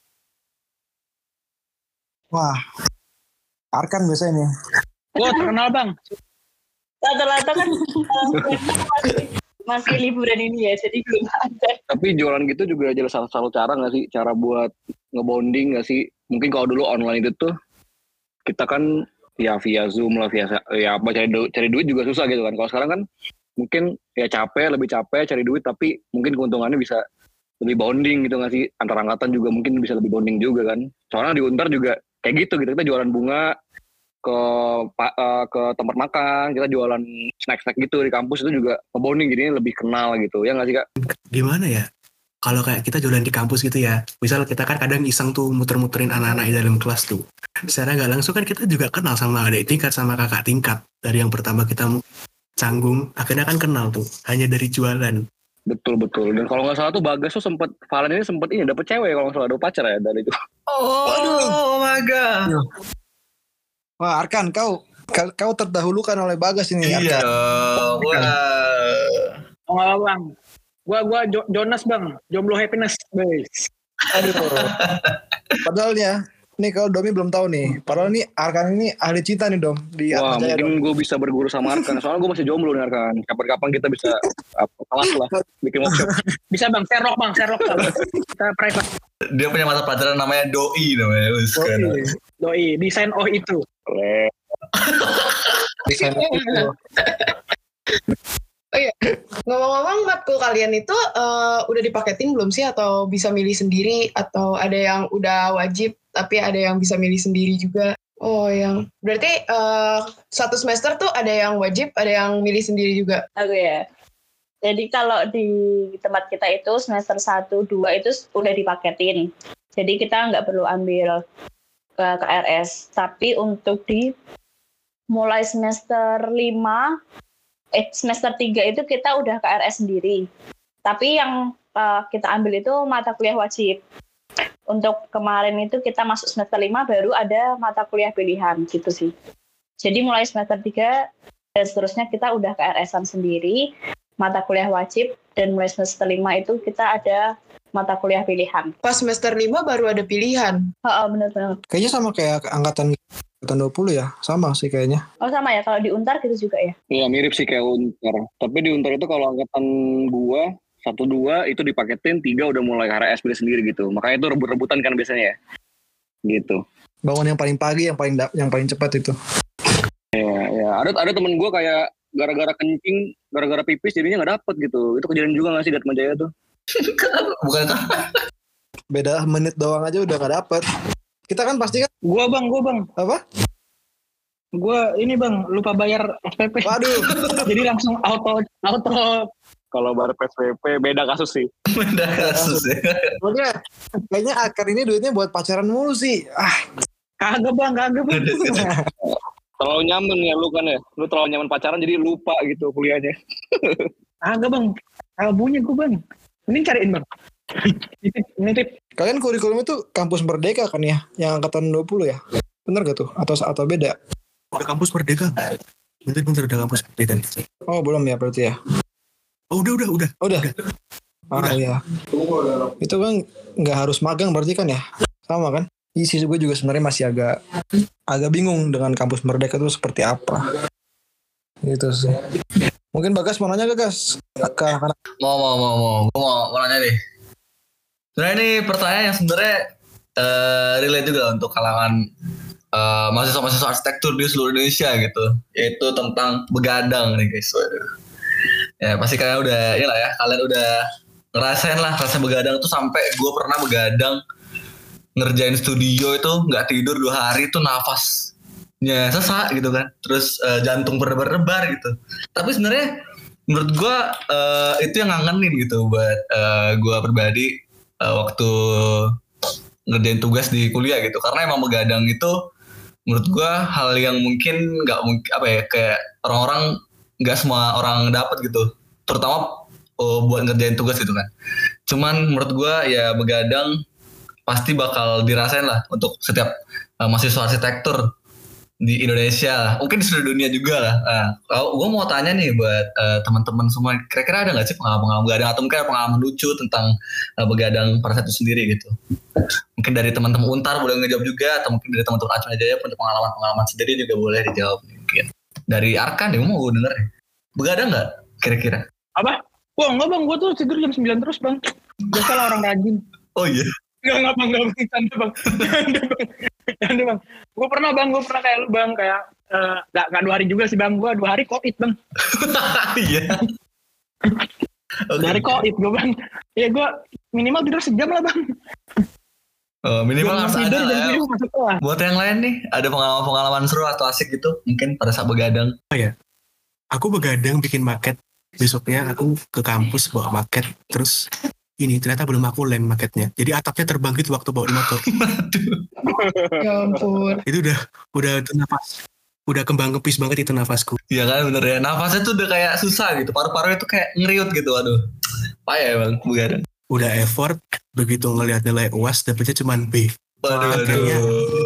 [SPEAKER 2] Wah. Arkan biasanya nih.
[SPEAKER 6] Wah, terkenal Bang.
[SPEAKER 5] Lato-lato kan masih liburan ini ya, jadi belum ada.
[SPEAKER 7] Tapi jualan gitu juga jadi salah satu cara nggak sih? Cara buat ngebonding nggak sih? Mungkin kalau dulu online itu tuh kita kan ya via Zoom lah, via ya apa cari duit juga susah gitu kan. Kalau sekarang kan mungkin ya lebih capek cari duit, tapi mungkin keuntungannya bisa lebih bonding gitu nggak sih? Antar angkatan juga mungkin bisa lebih bonding juga kan. Soalnya di Untar juga kayak gitu kita jualan bunga ke tempat makan, kita jualan snack gitu di kampus itu juga ngebonding, jadinya lebih kenal gitu ya nggak sih Kak?
[SPEAKER 4] Gimana ya? Kalau kayak kita jualan di kampus gitu ya, misal kita kan kadang iseng tuh muter-muterin anak-anak di dalam kelas tuh. Secara nggak langsung kan kita juga kenal sama adik tingkat, sama kakak tingkat. Dari yang pertama kita canggung, akhirnya kan kenal tuh, hanya dari jualan.
[SPEAKER 7] Betul. Dan kalau nggak salah tuh Bagas tuh Valen ini sempet dapet cewek kalau nggak salah, dapet pacar ya dari itu.
[SPEAKER 3] Oh my god.
[SPEAKER 2] Wah, Arkan, kau terdahulukan oleh Bagas ini.
[SPEAKER 3] Iya
[SPEAKER 2] Arkan.
[SPEAKER 3] dong. Wah.
[SPEAKER 6] Oh Bang. Gua Jonas Bang, jomblo happiness, guys.
[SPEAKER 2] Aduh. Padahal ya, nih kalau Domi belum tahu nih. Padahal nih Arkan ini ahli cinta nih Dom. Di
[SPEAKER 7] Wah,
[SPEAKER 2] Atma Jaya,
[SPEAKER 7] mungkin
[SPEAKER 2] Dom.
[SPEAKER 7] gue bisa berguru sama Arkan. Soalnya gue masih jomblo nih Arkan. Kapan-kapan kita bisa kelas lah, bikin workshop.
[SPEAKER 6] Bisa Bang, Sherlock Bang. Kita private.
[SPEAKER 3] Dia punya mata pelajaran namanya doi namanya.
[SPEAKER 6] Doi, desain itu.
[SPEAKER 2] Desain itu.
[SPEAKER 1] Oh iya, ngomong-ngomong matkul kalian itu udah dipaketin belum sih, atau bisa milih sendiri, atau ada yang udah wajib tapi ada yang bisa milih sendiri juga? Oh, yang berarti satu semester tuh ada yang wajib, ada yang milih sendiri juga.
[SPEAKER 5] Oke ya. Jadi kalau di tempat kita itu semester 1, 2 itu udah dipaketin. Jadi kita nggak perlu ambil KRS. Tapi untuk di mulai semester 5, semester 3 itu kita udah KRS sendiri. Tapi yang kita ambil itu mata kuliah wajib. untuk kemarin itu kita masuk semester 5 baru ada mata kuliah pilihan gitu sih. Jadi mulai semester 3 dan seterusnya kita udah ke RS-an sendiri, mata kuliah wajib, dan mulai semester 5 itu kita ada mata kuliah pilihan.
[SPEAKER 1] Pas semester 5 baru ada pilihan.
[SPEAKER 5] Benar-benar.
[SPEAKER 2] Kayaknya sama kayak angkatan 20 ya, sama sih kayaknya.
[SPEAKER 5] Oh sama ya, kalau di Untar gitu juga ya?
[SPEAKER 7] Iya mirip sih kayak Untar. Tapi di Untar itu kalau angkatan gua 1-2 itu dipaketin, 3 udah mulai RS pilih sendiri gitu. Makanya itu rebut-rebutan kan biasanya ya. Gitu.
[SPEAKER 2] Bangun yang paling pagi, yang paling cepat itu.
[SPEAKER 7] Ya. Ada temen gua kayak gara-gara kencing, gara-gara pipis jadinya nggak dapet gitu. Itu kejadian juga nggak sih di Atma Jaya tuh?
[SPEAKER 3] Bukan
[SPEAKER 2] Beda menit doang aja udah gak dapet. Kita kan pasti kan.
[SPEAKER 6] Gua bang.
[SPEAKER 2] Apa?
[SPEAKER 6] Gua ini bang, lupa bayar SPP.
[SPEAKER 2] Waduh.
[SPEAKER 6] Jadi langsung auto.
[SPEAKER 7] Kalau baru PSBB beda kasus sih.
[SPEAKER 3] beda kasus ya.
[SPEAKER 2] Makanya kayaknya akar ini duitnya buat pacaran mulu sih.
[SPEAKER 6] Kagak bang.
[SPEAKER 7] Terlalu nyaman ya lu kan ya. Lu terlalu nyaman pacaran jadi lupa gitu kuliahnya.
[SPEAKER 6] Kagak bang. Kagak bunyi gue bang. Ini cariin bang. Nitip.
[SPEAKER 2] Kalian kurikulum itu kampus Merdeka kan ya? Yang angkatan 20 ya? Bener gak tuh? Atau beda?
[SPEAKER 4] Udah kampus Merdeka. Bener udah kampus Merdeka.
[SPEAKER 2] Oh belum ya berarti ya?
[SPEAKER 4] Oh udah.
[SPEAKER 2] Iya. Itu kan nggak harus magang berarti kan ya? Sama kan? Isi gue juga sebenarnya masih agak bingung dengan kampus Merdeka itu seperti apa. Gitu sih. Mungkin Bagas mau nanya gak Gas?
[SPEAKER 3] Mau. Gue mau nanya nih. Sebenarnya ini pertanyaan yang sebenarnya relate juga untuk kalangan mahasiswa-mahasiswa arsitektur di seluruh Indonesia gitu. Yaitu tentang begadang nih guys. Ya pasti kalian udah ngerasain lah rasa begadang tuh, sampai gue pernah begadang ngerjain studio itu nggak tidur 2 hari tuh nafasnya sesak gitu kan, terus jantung berdebar-debar gitu. Tapi sebenarnya menurut gue itu yang ngangenin gitu buat gue pribadi waktu ngerjain tugas di kuliah gitu, karena emang begadang itu menurut gue hal yang mungkin kayak orang-orang nggak semua orang dapat gitu, terutama buat ngerjain tugas gitu kan. Cuman menurut gue ya begadang pasti bakal dirasain lah untuk setiap mahasiswa arsitektur di Indonesia, mungkin di seluruh dunia juga lah. Gue mau tanya nih buat teman-teman semua, kira-kira ada nggak sih pengalaman begadang atau mungkin pengalaman lucu tentang begadang pada saat itu sendiri gitu? Mungkin dari teman-teman Untar boleh ngejawab juga, atau mungkin dari teman-teman Atma Jaya punya pengalaman sendiri juga boleh dijawab mungkin. Dari Arkan nih, mau gue denger nih. Begadang nggak kira-kira?
[SPEAKER 6] Apa? Wah enggak bang, gue tuh tidur jam 9 terus bang. Biasalah orang rajin.
[SPEAKER 3] Oh iya?
[SPEAKER 6] Enggak bang, canda bang. Gue pernah kayak lu bang, kayak gak 2 hari juga sih bang, gue 2 hari COVID bang.
[SPEAKER 3] Iya.
[SPEAKER 6] Dari COVID gue bang. Ya gue minimal tidur sejam lah bang.
[SPEAKER 3] Minimal harus ada lah ya.
[SPEAKER 6] Ya.
[SPEAKER 3] Buat yang lain nih, ada pengalaman seru atau asik gitu mungkin pada saat begadang?
[SPEAKER 4] Oh ya, aku begadang bikin maket. Besoknya aku ke kampus bawa maket, terus ini ternyata belum aku lem maketnya. Jadi atapnya terbang gitu waktu bawa di motor.
[SPEAKER 1] Ya ampun.
[SPEAKER 4] Itu udah nafas. Udah kembang kempis banget itu nafasku.
[SPEAKER 3] Iya kan, bener ya. Nafasnya tuh udah kayak susah gitu. Paru-parunya tuh kayak ngeriut gitu. Aduh, payah ya bang begadang.
[SPEAKER 4] Udah effort, begitu ngelihat nilai UAS dapetnya cuma B.
[SPEAKER 3] Aduh.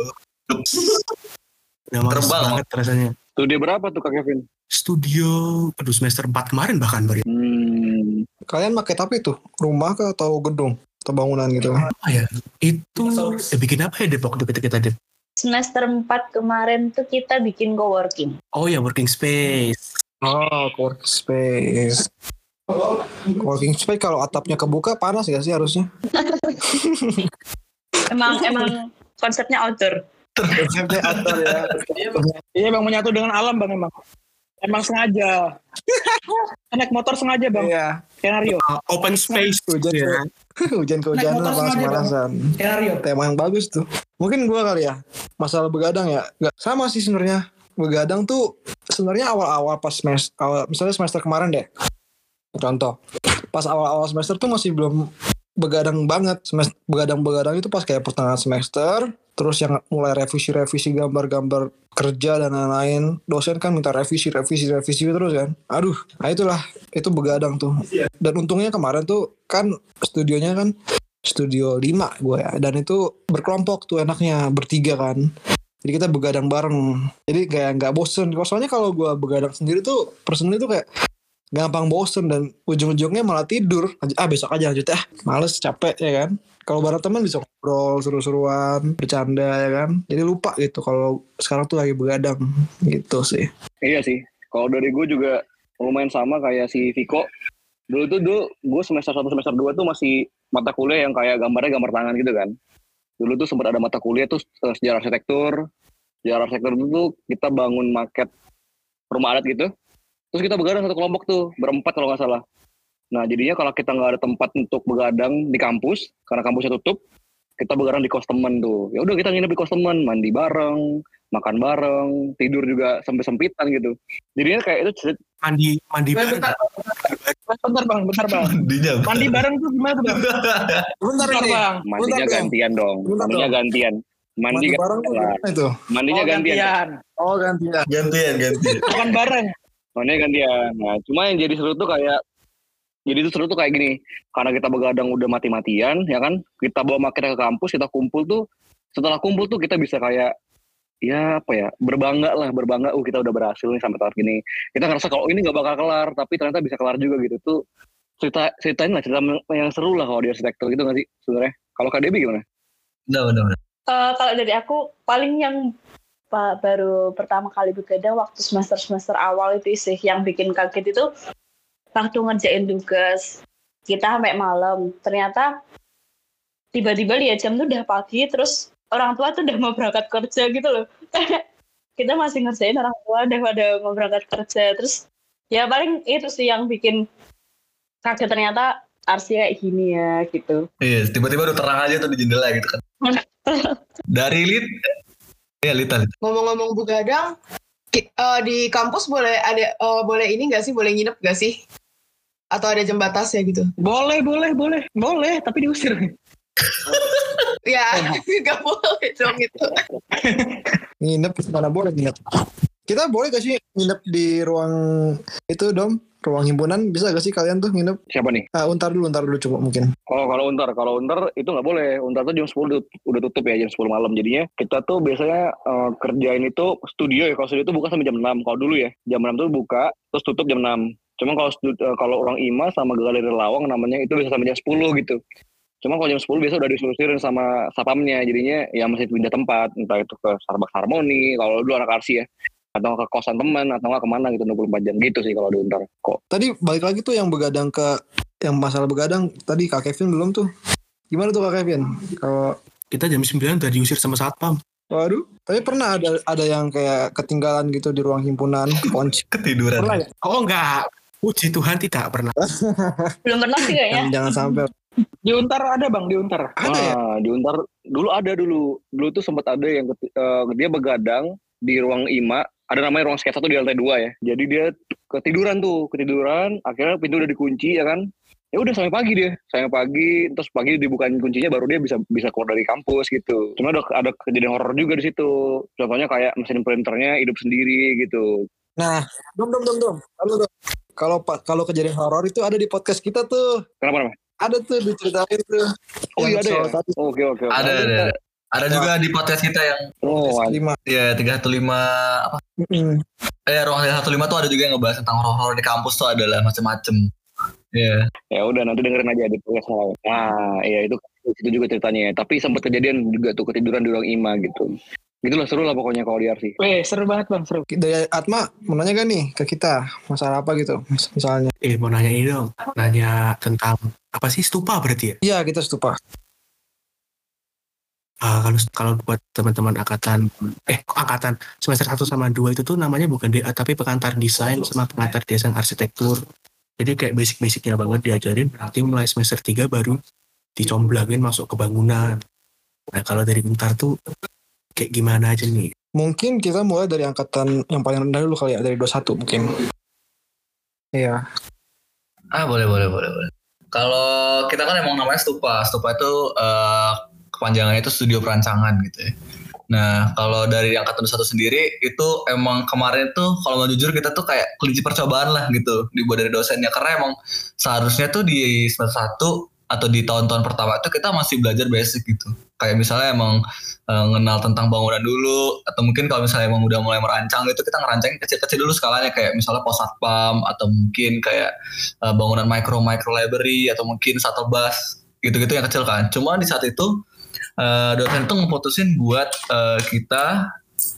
[SPEAKER 4] Udah males banget rasanya.
[SPEAKER 7] Studio berapa tuh Kak Kevin?
[SPEAKER 4] Studio, semester 4 kemarin bahkan baru.
[SPEAKER 2] Kalian pakai tapi tuh rumah kah atau gedung atau bangunan gitu?
[SPEAKER 4] Apa ya? Itu bikin apa ya Depok kita Dep?
[SPEAKER 5] Semester 4 kemarin tuh kita bikin coworking.
[SPEAKER 4] Oh ya, working space.
[SPEAKER 2] Oh, coworking space. Coworking space kalau atapnya kebuka panas gak sih harusnya?
[SPEAKER 5] Emang konsepnya outdoor.
[SPEAKER 2] Konsepnya outdoor ya.
[SPEAKER 6] Iya bang, menyatu dengan alam bang emang sengaja. Naik motor sengaja bang.
[SPEAKER 2] Iya.
[SPEAKER 6] Skenario.
[SPEAKER 4] Open space.
[SPEAKER 2] Hujan kehujanan panas-panasan. Tema yang bagus tuh. Mungkin gue kali ya, masalah begadang ya, nggak sama sih sebenarnya. Begadang tuh sebenarnya awal-awal pas misalnya semester kemarin deh. Contoh, pas awal-awal semester tuh masih belum begadang banget. Begadang itu pas kayak pertengahan semester, terus yang mulai revisi gambar-gambar kerja dan lain-lain. Dosen kan minta revisi terus kan. Aduh, nah itulah, itu begadang tuh. Dan untungnya kemarin tuh kan studionya kan Studio 5 gue ya. Dan itu berkelompok tuh enaknya, bertiga kan. Jadi kita begadang bareng. Jadi kayak gak bosen. Soalnya kalau gue begadang sendiri tuh personally tuh kayak gampang bosen. Dan ujung-ujungnya malah tidur. Besok aja lanjut ya. Males, capek ya kan. Kalau bareng teman bisa ngobrol, seru-seruan, bercanda ya kan. Jadi lupa gitu kalau sekarang tuh lagi begadang gitu sih.
[SPEAKER 7] Iya sih. Kalau dari gue juga lumayan sama kayak si Viko. Dulu gue semester 1 semester 2 tuh masih mata kuliah yang kayak gambarnya gambar tangan gitu kan. Dulu tuh sempat ada mata kuliah tuh sejarah arsitektur. Sejarah arsitektur itu tuh kita bangun maket rumah adat gitu. Terus kita begadang satu kelompok tuh, berempat kalau nggak salah. Nah jadinya kalau kita nggak ada tempat untuk begadang di kampus, karena kampusnya tutup, kita begadang di kos temen tuh. Ya udah kita nginep di kos temen, mandi bareng, makan bareng, tidur juga sempit-sempitan gitu. Jadinya kayak itu
[SPEAKER 4] Mandi bareng.
[SPEAKER 6] Bentar bang.
[SPEAKER 3] Mandinya
[SPEAKER 6] Mandi bareng tuh gimana tuh bang?
[SPEAKER 2] Bentar
[SPEAKER 6] Bentar
[SPEAKER 2] nih.
[SPEAKER 6] bang.
[SPEAKER 7] mandinya gantian dong. Mandinya gantian.
[SPEAKER 2] Mandi bareng tuh
[SPEAKER 7] lah.
[SPEAKER 2] gimana itu?
[SPEAKER 7] Mandinya gantian.
[SPEAKER 2] Oh gantian.
[SPEAKER 3] gantian.
[SPEAKER 6] Makan bareng.
[SPEAKER 7] Mandinya gantian. Nah, cuma yang jadi seru tuh kayak gini. Karena kita begadang udah mati-matian, ya kan? Kita bawa makinnya ke kampus, kita kumpul tuh. Setelah kumpul tuh kita bisa kayak berbangga kita udah berhasil nih sampai tahun gini. Kita ngerasa kalau ini nggak bakal kelar, tapi ternyata bisa kelar juga gitu. Tuh ceritain lah cerita yang seru lah kalau di arsitektur gitu nggak sih sebenarnya? Kalau Kak Debbie gimana?
[SPEAKER 3] Benar.
[SPEAKER 5] Kalau dari aku paling yang baru pertama kali begadang waktu semester awal itu sih yang bikin kaget itu waktu ngerjain tugas kita sampai malam. Ternyata tiba-tiba lihat jam tuh udah pagi, terus orang tua tuh udah mau berangkat kerja gitu loh. Kita masih ngerjain, orang tua udah pada mau berangkat kerja. Terus ya paling itu sih yang bikin kaget, ternyata Arsi kayak gini ya gitu.
[SPEAKER 3] Iya, tiba-tiba udah terang aja tuh di jendela gitu kan. Dari Lid. Iya, Lita.
[SPEAKER 1] Ngomong-ngomong begadang, di kampus boleh boleh ini nggak sih, boleh nginep nggak sih? Atau ada jam batasnya gitu?
[SPEAKER 6] Boleh, tapi diusir.
[SPEAKER 1] Ya, nggak boleh dong itu.
[SPEAKER 2] Nginep mana boleh nginep. Kita boleh gak sih nginep di ruang itu Dom? Ruang himpunan bisa gak sih kalian tuh nginep?
[SPEAKER 7] Siapa nih?
[SPEAKER 2] Untar dulu coba mungkin.
[SPEAKER 7] Kalau untar itu nggak boleh. Untar tuh jam 10 udah tutup ya, jam 10 malam. Jadinya kita tuh biasanya kerjain itu studio ya. Kalau studio itu buka sampai jam 6. Kalau dulu ya, jam 6 tuh buka, terus tutup jam 6. Cuma kalau orang IMA sama Galeri Lawang namanya itu bisa sampai jam 10 gitu. Cuma kalau jam 10 biasa udah disuruh sama sapamnya. Jadinya ya masih pindah tempat. Entah itu ke Starbucks Harmony, kalau dulu anak Arsi ya. Atau ke kosan teman, atau nggak kemana gitu 24 jam gitu sih kalau di Untar. Kok
[SPEAKER 2] tadi balik lagi tuh yang begadang yang masalah begadang tadi Kak Kevin belum tuh. Gimana tuh Kak Kevin? Kalau
[SPEAKER 4] kita jam 9 udah diusir sama satpam.
[SPEAKER 2] Waduh, tapi pernah ada yang kayak ketinggalan gitu di ruang himpunan, kunci.
[SPEAKER 3] Ketiduran.
[SPEAKER 2] Pernah ya?
[SPEAKER 4] Oh enggak, puji Tuhan tidak pernah.
[SPEAKER 5] Belum pernah sih kayaknya.
[SPEAKER 2] Jangan sampai.
[SPEAKER 6] Di Untar ada bang, di Untar.
[SPEAKER 2] Ada ya?
[SPEAKER 7] di Untar dulu tuh sempat ada yang dia begadang di ruang IMA. Ada namanya ruang sketsa tuh di lantai 2 ya. Jadi dia ketiduran, akhirnya pintu udah dikunci ya kan. Ya udah sampai pagi, terus pagi dibukain kuncinya baru dia bisa keluar dari kampus gitu. Cuma ada kejadian horor juga di situ. Contohnya kayak mesin printernya hidup sendiri gitu.
[SPEAKER 2] Nah, Dom. Halo, Dom. Kalau kejadian horor itu ada di podcast kita tuh.
[SPEAKER 7] Kenapa?
[SPEAKER 2] Ada tuh diceritain tuh.
[SPEAKER 7] Oh iya ada ya? Oke.
[SPEAKER 3] Ada. Ada juga di podcast kita yang
[SPEAKER 2] 5.
[SPEAKER 3] Iya, 315 apa? Ruang 315 tuh ada juga yang ngebahas tentang horor di kampus tuh adalah macam-macam. Iya. Ya
[SPEAKER 7] udah nanti dengerin aja di podcast lain. Nah, iya itu juga ceritanya. Tapi sempat kejadian juga tuh ketiduran di ruang IMA gitu. Gitulah seru lah pokoknya kalau di Arsi.
[SPEAKER 6] Seru banget bang, seru.
[SPEAKER 2] Dari Atma mau nanya gak nih ke kita masalah apa gitu misalnya?
[SPEAKER 4] Mau nanya ini dong. Nanya tentang apa sih stupa berarti ya?
[SPEAKER 2] Iya, kita stupa.
[SPEAKER 4] Kalau buat teman-teman angkatan semester 1 sama 2 itu tuh namanya bukan DA tapi pengantar desain sama pengantar desain arsitektur. Jadi kayak basic-basicnya banget diajarin, nanti mulai semester 3 baru dicomblangin masuk ke bangunan. Nah kalau dari Untar tuh kayak gimana aja nih?
[SPEAKER 2] Mungkin kita mulai dari angkatan yang paling rendah dulu kali ya, dari 21 mungkin. Iya.
[SPEAKER 3] Boleh. Kalau kita kan emang namanya stupa itu kepanjangannya itu studio perancangan gitu ya. Nah kalau dari angkatan 21 sendiri itu emang kemarin tuh kalau mau jujur kita tuh kayak kelinci percobaan lah gitu dibuat dari dosennya, karena emang seharusnya tuh di semester 1 atau di tahun-tahun pertama itu kita masih belajar basic gitu. Kayak misalnya emang ngenal tentang bangunan dulu, atau mungkin kalau misalnya emang udah mulai merancang gitu, kita ngerancangin kecil-kecil dulu skalanya, kayak misalnya pos satpam, atau mungkin kayak bangunan micro library, atau mungkin shuttle bus, gitu-gitu yang kecil kan. Cuma di saat itu dosen tuh ngeputusin buat kita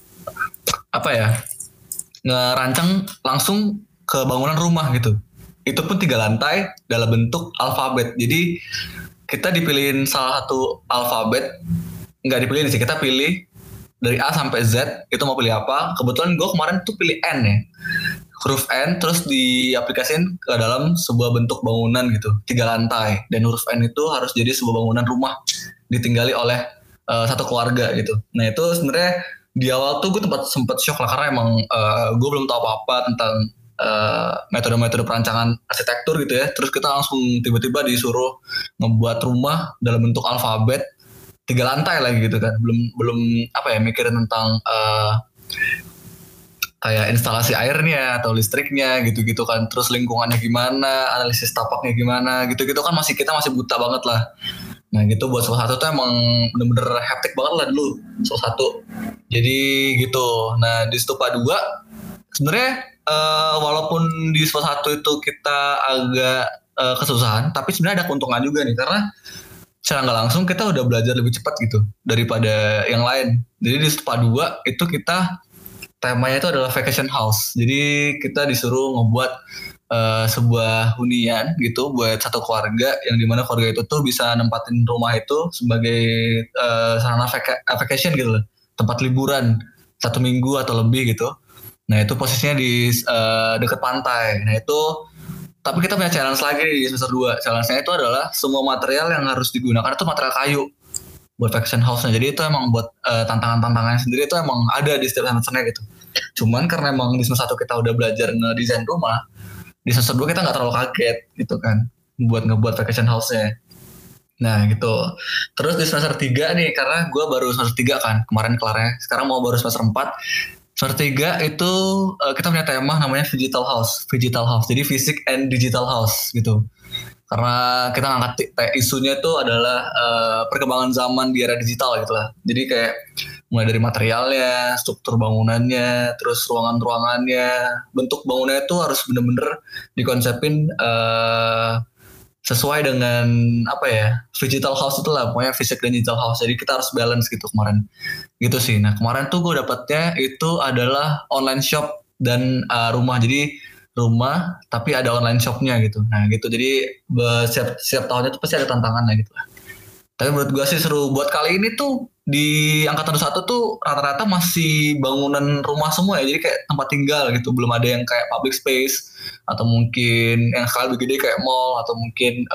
[SPEAKER 3] ngerancang langsung ke bangunan rumah gitu. Itu pun 3 lantai dalam bentuk alfabet. Jadi kita dipilihin salah satu alfabet, nggak dipilihin sih, kita pilih dari A sampai Z, itu mau pilih apa. Kebetulan gue kemarin tuh pilih N ya, huruf N, terus diaplikasiin ke dalam sebuah bentuk bangunan gitu, 3 lantai. Dan huruf N itu harus jadi sebuah bangunan rumah, ditinggali oleh satu keluarga gitu. Nah itu sebenarnya di awal tuh gue sempat shock lah, karena emang gue belum tahu apa-apa tentang metode-metode perancangan arsitektur gitu ya. Terus kita langsung tiba-tiba disuruh ngebuat rumah dalam bentuk alfabet 3 lantai lagi gitu kan. Belum mikirin tentang kayak instalasi airnya atau listriknya gitu-gitu kan. Terus lingkungannya gimana, analisis tapaknya gimana gitu-gitu kan, kita masih buta banget lah. Nah gitu, buat salah satu tuh emang bener-bener hektik banget lah dulu salah satu. Jadi gitu. Nah di Stupa 2 sebenarnya walaupun di Stupa 1 itu kita agak kesusahan, tapi sebenarnya ada keuntungan juga nih, karena secara nggak langsung kita udah belajar lebih cepat gitu daripada yang lain. Jadi di Stupa 2 itu kita temanya itu adalah vacation house. Jadi kita disuruh ngebuat sebuah hunian gitu buat satu keluarga, yang dimana keluarga itu tuh bisa nempatin rumah itu sebagai sarana vacation gitu loh, tempat liburan 1 minggu atau lebih gitu. Nah itu posisinya di dekat pantai. Nah itu, tapi kita punya challenge lagi di semester 2. Challenge-nya itu adalah semua material yang harus digunakan itu material kayu buat vacation house-nya. Jadi itu emang buat tantangan-tantangannya sendiri itu emang ada di setiap semesternya gitu. Cuman karena emang di semester 1 kita udah belajar ngedesain rumah, di semester 2 kita gak terlalu kaget gitu kan buat ngebuat vacation house-nya. Nah gitu. Terus di semester 3 nih, karena gue baru semester 3 kan kemarin kelarnya, sekarang mau baru semester 4. Semester 3 itu kita punya tema namanya Digital House. Jadi Physics and Digital House gitu. Karena kita ngangkat isunya itu adalah perkembangan zaman di era digital gitu lah. Jadi kayak mulai dari materialnya, struktur bangunannya, terus ruangan-ruangannya, bentuk bangunannya itu harus bener-bener dikonsepin sesuai dengan digital house itu lah, pokoknya Physics dan Digital House. Jadi kita harus balance gitu kemarin gitu sih. Nah kemarin tuh gue dapetnya itu adalah online shop dan rumah. Jadi rumah tapi ada online shopnya gitu. Nah gitu, jadi setiap tahunnya tuh pasti ada tantangannya gitu lah. Tapi menurut gue sih seru. Buat kali ini tuh di angkatan 21 tuh rata-rata masih bangunan rumah semua ya. Jadi kayak tempat tinggal gitu, belum ada yang kayak public space atau mungkin yang skala lebih gede kayak mall, atau mungkin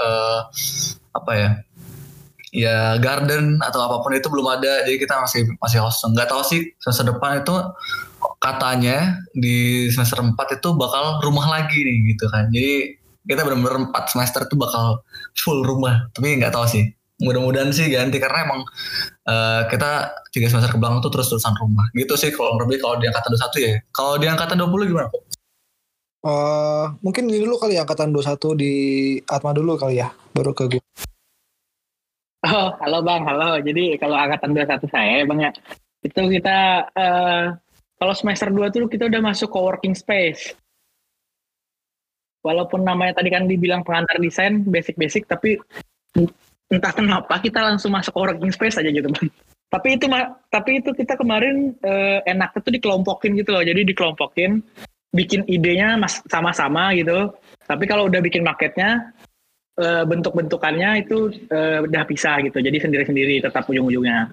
[SPEAKER 3] garden atau apapun itu belum ada. Jadi kita masih kosong. Nggak tahu sih semester depan itu katanya di semester 4 itu bakal rumah lagi nih gitu kan. Jadi kita benar-benar 4 semester itu bakal full rumah. Tapi nggak tahu sih. Mudah-mudahan sih ganti, karena emang kita 3 semester ke belakang tuh terus-terusan rumah. Gitu sih kalau lebih kalau di angkatan 21 ya. Kalau di angkatan 20 gimana kok?
[SPEAKER 2] Mungkin ini dulu kali ya, angkatan 21 di Atma dulu kali ya, baru ke gue.
[SPEAKER 6] Oh, halo Bang, halo. Jadi kalau angkatan 21 saya Bang ya, itu kita kalau semester 2 tuh kita udah masuk co-working space. Walaupun namanya tadi kan dibilang pengantar desain, basic-basic, tapi entah kenapa kita langsung masuk co-working space aja gitu Bang. Tapi itu kita kemarin enaknya tuh dikelompokin gitu loh. Jadi dikelompokin, bikin idenya sama-sama gitu. Tapi kalau udah bikin marketnya, bentuk-bentukannya itu udah pisah gitu. Jadi sendiri-sendiri tetap ujung-ujungnya.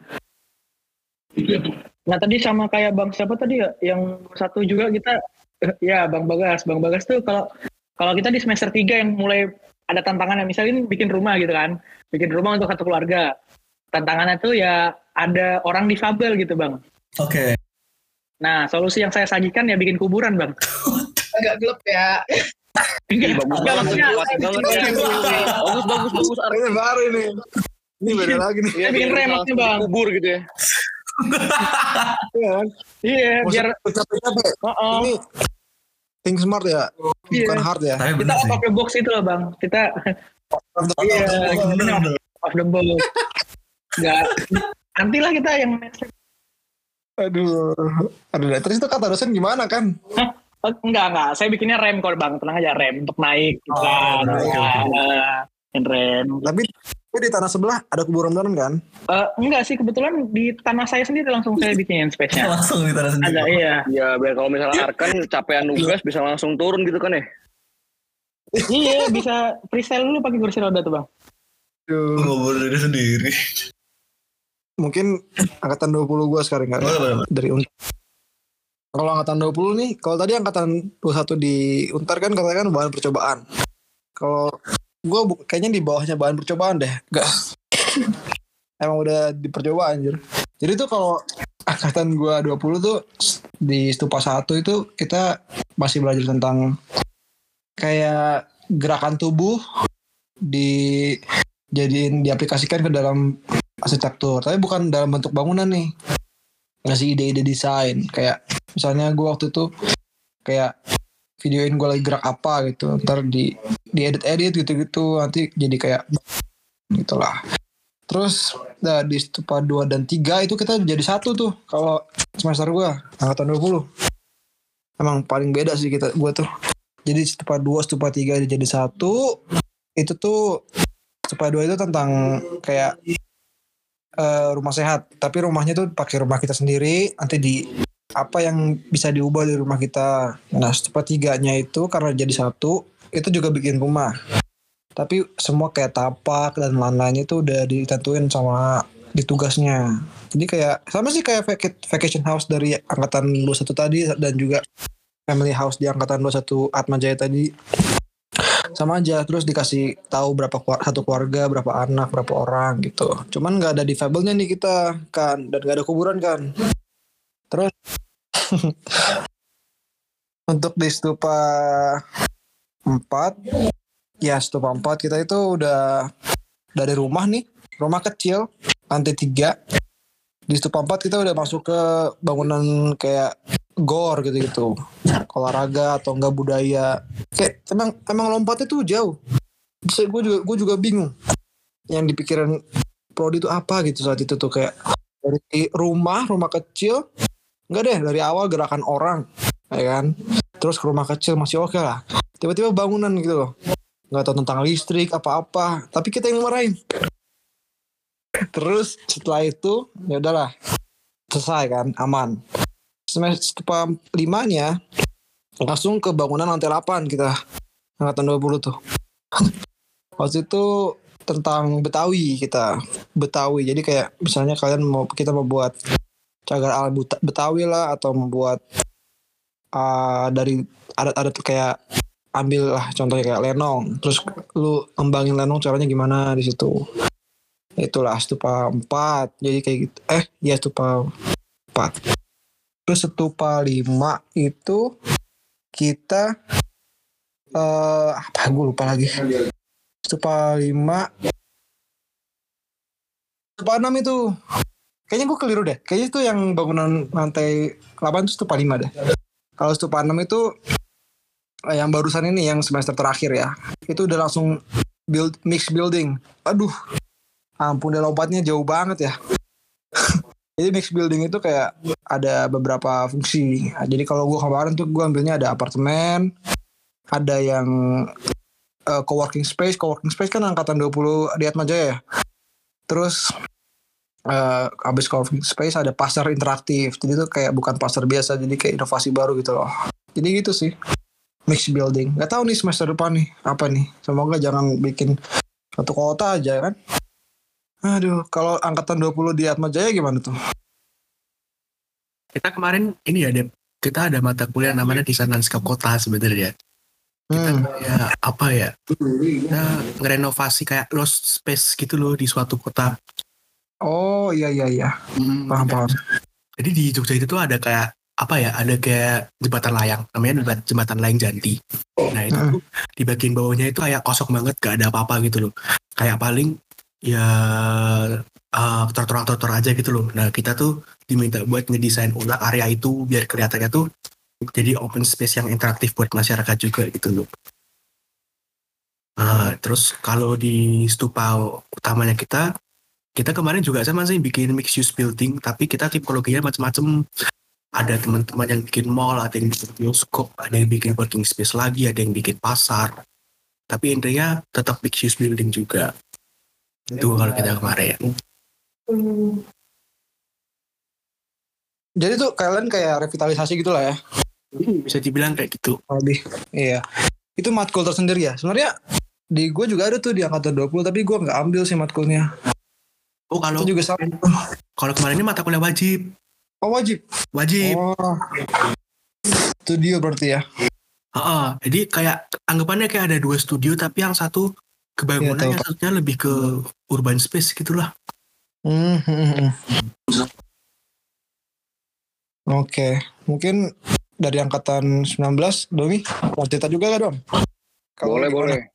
[SPEAKER 6] Nah tadi sama kayak Bang siapa tadi ya, yang satu juga kita ya Bang Bagas tuh kalau kita di semester 3 yang mulai ada tantangannya, misalnya bikin rumah gitu kan, bikin rumah untuk satu keluarga. Tantangannya tuh ya ada orang difabel gitu Bang.
[SPEAKER 3] Oke.
[SPEAKER 6] Nah solusi yang saya sajikan ya bikin kuburan Bang.
[SPEAKER 1] Agak gelap ya.
[SPEAKER 7] Bagus.
[SPEAKER 2] Ini baru ini. Ini beda lagi nih.
[SPEAKER 6] Iya, bikin remote nih Bang.
[SPEAKER 7] Kubur gitu ya.
[SPEAKER 6] Iya, biar
[SPEAKER 2] capek-capek. Ini think smart ya, bukan hard ya.
[SPEAKER 3] Tapi
[SPEAKER 6] kita pakai box itu loh Bang. Kita Iya, bener. Off the book. Enggak. Nantilah kita yang
[SPEAKER 2] Aduh. Terus itu kata dosen gimana kan?
[SPEAKER 6] Enggak. Saya bikinnya rem kok Bang. Tenang aja, rem untuk naik. Gitu kan. Rem.
[SPEAKER 2] Tapi di tanah sebelah ada kuburan beneran kan?
[SPEAKER 6] Enggak sih, kebetulan di tanah saya sendiri langsung saya bikinin space-nya.
[SPEAKER 3] Langsung di tanah sendiri.
[SPEAKER 6] Ada, iya.
[SPEAKER 7] Ya biar kalau misalnya Arkan capean nugas bisa langsung turun gitu kan ya.
[SPEAKER 6] Iya, bisa freestyle dulu pakai kursi roda tuh Bang.
[SPEAKER 3] Ngobor diri sendiri.
[SPEAKER 2] Mungkin angkatan 20 gue sekarang kan dari Untar. Kalau angkatan 20 nih, kalau tadi angkatan 21 di Untar kan katanya kan bahan percobaan. Kalau gue kayaknya di bawahnya bahan percobaan deh. Enggak. Emang udah di percobaan anjir. Jadi tuh kalau angkatan gue 20 tuh di Stupa 1 itu kita masih belajar tentang kayak gerakan tubuh diaplikasikan ke dalam arsitektur, tapi bukan dalam bentuk bangunan nih, ngasih ide-ide desain. Kayak misalnya gue waktu itu kayak videoin gue lagi gerak apa gitu, ntar di edit gitu nanti jadi kayak gitulah. Terus di Stupa 2 dan 3 itu kita jadi satu tuh. Kalau semester gue angkatan 20 emang paling beda sih gue tuh. Jadi Stupa 2, Stupa 3 jadi satu. Itu tuh Stupa 2 itu tentang kayak rumah sehat, tapi rumahnya tuh pakai rumah kita sendiri, nanti di apa yang bisa diubah dari rumah kita. Nah Stupa 3-nya itu karena jadi satu, itu juga bikin rumah, tapi semua kayak tapak dan lain-lainnya itu udah ditentuin sama di tugasnya. Jadi kayak sama sih kayak vacation house dari angkatan 21 tadi, dan juga family house di angkatan 21 Atma Jaya tadi. Sama aja, terus dikasih tahu satu keluarga, berapa anak, berapa orang gitu. Cuman nggak ada difabelnya nih kita kan, dan nggak ada kuburan kan. Terus untuk di Stupa 4, ya Stupa 4 kita itu udah dari rumah nih, rumah kecil lantai 3. Di Stupa 4 kita udah masuk ke bangunan kayak gor gitu-gitu, olahraga atau enggak budaya. Kayak emang lompatnya tuh jauh. Gue juga bingung yang dipikiran prodi itu apa gitu saat itu tuh, kayak dari rumah kecil, enggak deh, dari awal gerakan orang ya kan, terus ke rumah kecil masih oke lah, tiba-tiba bangunan gitu loh, nggak tahu tentang listrik apa-apa, tapi kita yang marahin. Terus setelah itu ya udahlah, selesai kan, aman. Semester 5-nya langsung ke bangunan lantai 8 kita angkatan 20 tuh. Waktu itu tentang Betawi kita. Betawi. Jadi kayak misalnya kita mau buat cagar alam Betawi lah, atau membuat dari adat-adat kayak ambil lah contohnya kayak lenong. Terus lu ngembangin lenong caranya gimana di situ. Itulah Stupa 4. Jadi kayak gitu. Ya Stupa 4. Terus Stupa 5 itu kita gue lupa lagi. Stupa 5, Stupa 6 itu kayaknya gue keliru deh. Kayaknya itu yang bangunan lantai 8 itu Stupa 5 deh. Kalau Stupa 6 itu yang barusan ini, yang semester terakhir ya, itu udah langsung mix building. Aduh, ampun, udah lompatnya jauh banget ya. Jadi mix building itu kayak ada beberapa fungsi. Jadi kalau gue kemarin tuh gue ambilnya ada apartemen, ada yang co-working space kan angkatan 20 di Atma Jaya ya. Terus abis co-working space ada pasar interaktif. Jadi itu kayak bukan pasar biasa, jadi kayak inovasi baru gitu loh. Jadi gitu sih, mix building. Gak tahu nih semester depan nih apa nih. Semoga jangan bikin satu kota aja kan. Aduh, kalau angkatan 20 di Atma Jaya gimana tuh?
[SPEAKER 4] Kita kemarin ini kita ada mata kuliah namanya desain lanskap kota sebenarnya. Kita kita ngerenovasi kayak lost space gitu loh di suatu kota.
[SPEAKER 2] Oh iya. Paham.
[SPEAKER 4] Jadi di Jogja itu tuh ada kayak ada kayak jembatan layang, namanya jembatan layang Janti. Nah itu tuh di bagian bawahnya itu kayak kosong banget, gak ada apa-apa gitu loh. Kayak paling ya trotoar aja gitu loh. Nah kita tuh diminta buat ngedesain ulang area itu biar kelihatannya tuh jadi open space yang interaktif buat masyarakat juga gitu loh. Terus kalau di stupa utamanya kita kemarin juga sama sih bikin mixed use building, tapi kita tipologinya macam-macam. Ada teman-teman yang bikin mall, ada yang bikin bioskop, ada yang bikin working space lagi, ada yang bikin pasar. Tapi intinya tetap mixed use building juga. Itu kalau kita kemarin.
[SPEAKER 2] Jadi tuh kalian kayak revitalisasi gitu lah ya.
[SPEAKER 4] Bisa dibilang kayak gitu.
[SPEAKER 2] Lebih. Iya. Itu matkul tersendiri ya. Sebenarnya di gue juga ada tuh di angkatan 20, tapi gue nggak ambil sih matkulnya.
[SPEAKER 4] Oh, kalau
[SPEAKER 2] itu juga sama.
[SPEAKER 4] Kalau kemarin ini mata kuliah wajib.
[SPEAKER 2] Oh, wajib. Oh. Studio berarti ya.
[SPEAKER 4] Jadi kayak anggapannya kayak ada 2 studio, tapi yang satu kebangunan, yang satunya lebih ke urban space gitulah.
[SPEAKER 2] Oke, mungkin dari angkatan 19, Domi, mau cerita juga gak Dom?
[SPEAKER 7] Boleh.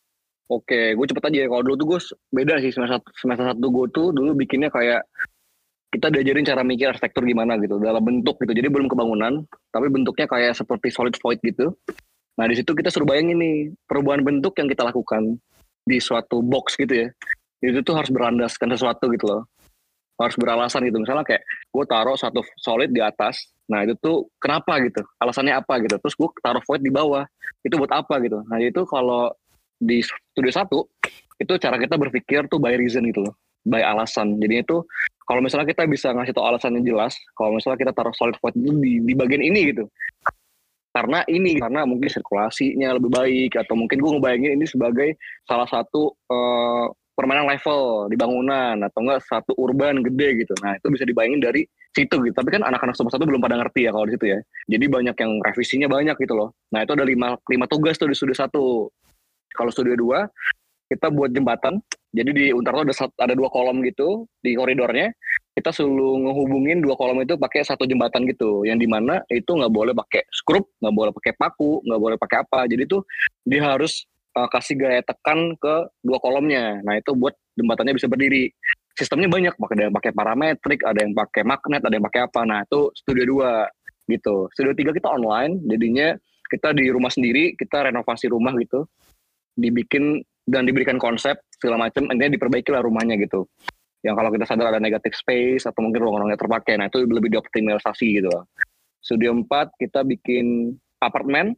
[SPEAKER 7] Oke, gue cepet aja ya. Kalau dulu tuh gue beda sih, semester 1 gue tuh dulu bikinnya kayak kita diajarin cara mikir arsitektur gimana gitu, dalam bentuk gitu. Jadi belum kebangunan, tapi bentuknya kayak seperti solid void gitu. Nah di situ kita suruh bayangin nih, perubahan bentuk yang kita lakukan di suatu box gitu ya. Itu tuh harus berlandaskan sesuatu gitu loh. Harus beralasan gitu. Misalnya kayak gue taruh satu solid di atas, nah itu tuh kenapa gitu, alasannya apa gitu. Terus gue taruh void di bawah, itu buat apa gitu. Nah itu kalau di studio 1, itu cara kita berpikir tuh by reason gitu loh, by alasan. Jadi itu kalau misalnya kita bisa ngasih tau alasannya jelas, kalau misalnya kita taruh solid void itu di bagian ini gitu, karena mungkin sirkulasinya lebih baik, atau mungkin gue ngebayangin ini sebagai salah satu permainan level di bangunan, atau enggak satu urban gede gitu. Nah itu bisa dibayangin dari situ gitu. Tapi kan anak-anak semester 1 belum pada ngerti ya kalau di situ ya. Jadi banyak yang revisinya banyak gitu loh. Nah itu ada 5 tugas tuh di studio 1. Kalau studio 2 kita buat jembatan. Jadi di Untarto ada 2 kolom gitu di koridornya. Kita selalu ngehubungin 2 kolom itu pakai satu jembatan gitu. Yang dimana itu nggak boleh pakai skrup, nggak boleh pakai paku, nggak boleh pakai apa. Jadi tuh dia harus kasih gaya tekan ke 2 kolomnya. Nah itu buat jembatannya bisa berdiri. Sistemnya banyak, ada yang pakai parametrik, ada yang pakai magnet, ada yang pakai apa. Nah itu studio 2 gitu. Studio 3 kita online, jadinya kita di rumah sendiri, kita renovasi rumah gitu, dibikin dan diberikan konsep segala macam, intinya diperbaiki lah rumahnya gitu. Yang kalau kita sadar ada negative space atau mungkin ruang-ruangnya terpakai, nah itu lebih dioptimalisasi gitu. Studio 4 kita bikin apartemen.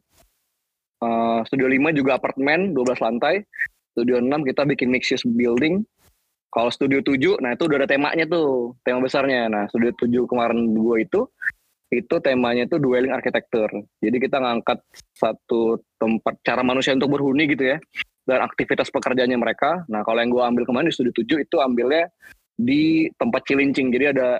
[SPEAKER 7] Studio 5 juga apartemen 12 lantai. Studio 6 kita bikin mixed use building. Kalau studio 7, nah itu udah ada temanya tuh, tema besarnya. Nah studio 7 kemarin gue itu temanya tuh dwelling architecture. Jadi kita ngangkat satu tempat cara manusia untuk berhuni gitu ya, dan aktivitas pekerjaannya mereka. Nah kalau yang gue ambil kemarin di studio 7 itu ambilnya di tempat Cilincing. Jadi ada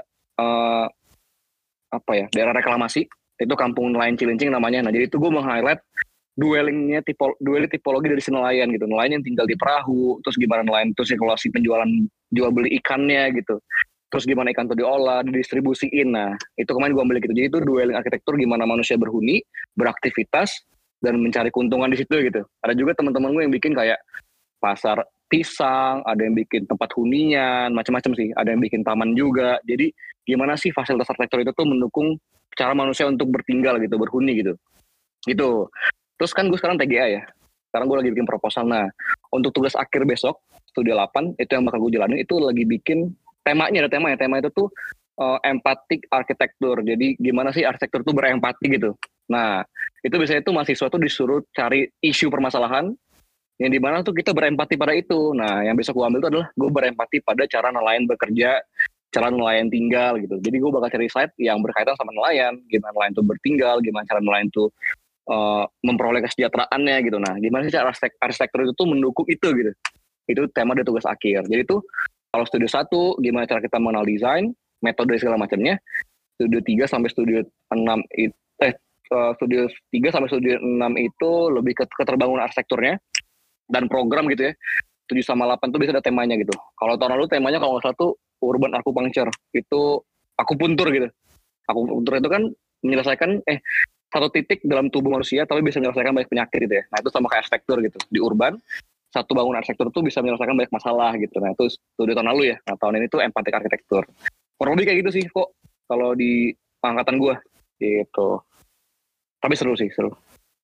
[SPEAKER 7] daerah reklamasi, itu kampung nelayan Cilincing namanya. Nah jadi itu gue meng-highlight dwelling tipologi dari si nelayan gitu. Nelayan yang tinggal di perahu, terus gimana nelayan itu sirkulasi jual beli ikannya gitu. Terus gimana ikan itu diolah, didistribusiin. Nah itu kemarin gue ambil gitu. Jadi itu dwelling arsitektur, gimana manusia berhuni, beraktivitas, dan mencari keuntungan di situ gitu. Ada juga teman-teman gue yang bikin kayak pasar pisang, ada yang bikin tempat hunian, macam-macam sih. Ada yang bikin taman juga. Jadi gimana sih fasilitas arsitektur itu tuh mendukung cara manusia untuk bertinggal gitu, berhuni gitu. Gitu. Terus kan gue sekarang TGA ya. Sekarang gue lagi bikin proposal. Nah, untuk tugas akhir besok, studio 8, itu yang bakal gue jalanin, itu lagi bikin temanya, ada temanya. Tema itu tuh empatik arsitektur. Jadi gimana sih arsitektur tuh berempati gitu. Nah, itu biasanya tuh mahasiswa tuh disuruh cari isu permasalahan, yang dimana tuh kita berempati pada itu. Nah, yang besok gue ambil itu adalah gue berempati pada cara nelayan bekerja, cara nelayan tinggal gitu. Jadi gue bakal cari slide yang berkaitan sama nelayan, gimana nelayan tuh bertinggal, gimana cara nelayan tuh memperoleh kesejahteraannya gitu. Nah, gimana sih cara arsitektur itu tuh mendukung itu gitu. Itu tema dari tugas akhir. Jadi tuh kalau studio 1 gimana cara kita mengenal desain, metode segala macamnya. Studio 3 sampai studio 6 studio 3 sampai studio 6 itu lebih ke keterbangunan arsitekturnya dan program gitu ya. 7 sama 8 tuh bisa ada temanya gitu. Kalau tahun lalu temanya kalau nggak salah tuh urban acupuncture, itu akupuntur gitu. Akupuntur itu kan menyelesaikan satu titik dalam tubuh manusia tapi bisa menyelesaikan banyak penyakit gitu ya. Nah itu sama kayak arsitektur gitu. Di urban, satu bangunan arsitektur tuh bisa menyelesaikan banyak masalah gitu. Nah itu studi tahun lalu ya. Nah tahun ini tuh empatik arsitektur. Kurang lebih kayak gitu sih kok kalau di angkatan gue gitu. Tapi seru sih, seru.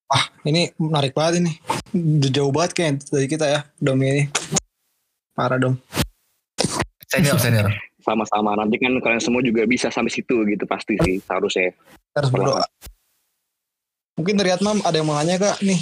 [SPEAKER 2] Ini menarik banget ini. Udah jauh banget kayak dari kita ya, Dom ini. Parah Dom.
[SPEAKER 3] Senior.
[SPEAKER 7] Sama-sama. Nanti kan kalian semua juga bisa sampai situ gitu pasti sih seharusnya.
[SPEAKER 2] Harus berdoa. Mungkin dari Atma ada yang mau nanya Kak nih?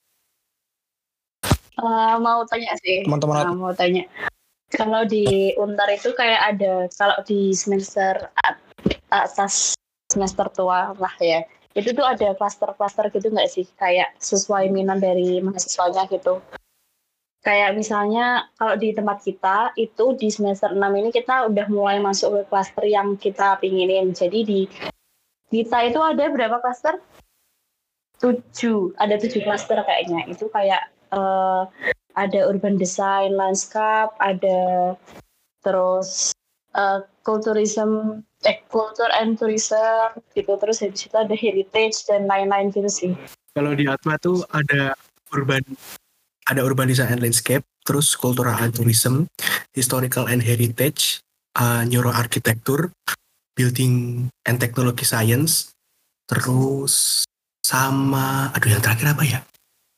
[SPEAKER 5] Mau tanya sih.
[SPEAKER 2] Teman-teman
[SPEAKER 5] mau tanya. Kalau di Untar itu kayak ada, kalau di semester atas semester tua lah ya, itu tuh ada klaster-klaster gitu nggak sih? Kayak sesuai minat dari mahasiswanya gitu. Kayak misalnya kalau di tempat kita itu di semester 6 ini kita udah mulai masuk ke klaster yang kita pinginin. Jadi di kita itu ada berapa klaster? 7. Ada 7 klaster kayaknya. Itu kayak ada urban design, landscape, ada terus culture and tourism gitu. Terus habis itu ada heritage dan lain-lain gitu sih.
[SPEAKER 4] Kalau di Atma tuh ada urban design and landscape, terus cultural and tourism, historical and heritage, neuroarchitecture, building and technology science, terus sama yang terakhir apa ya?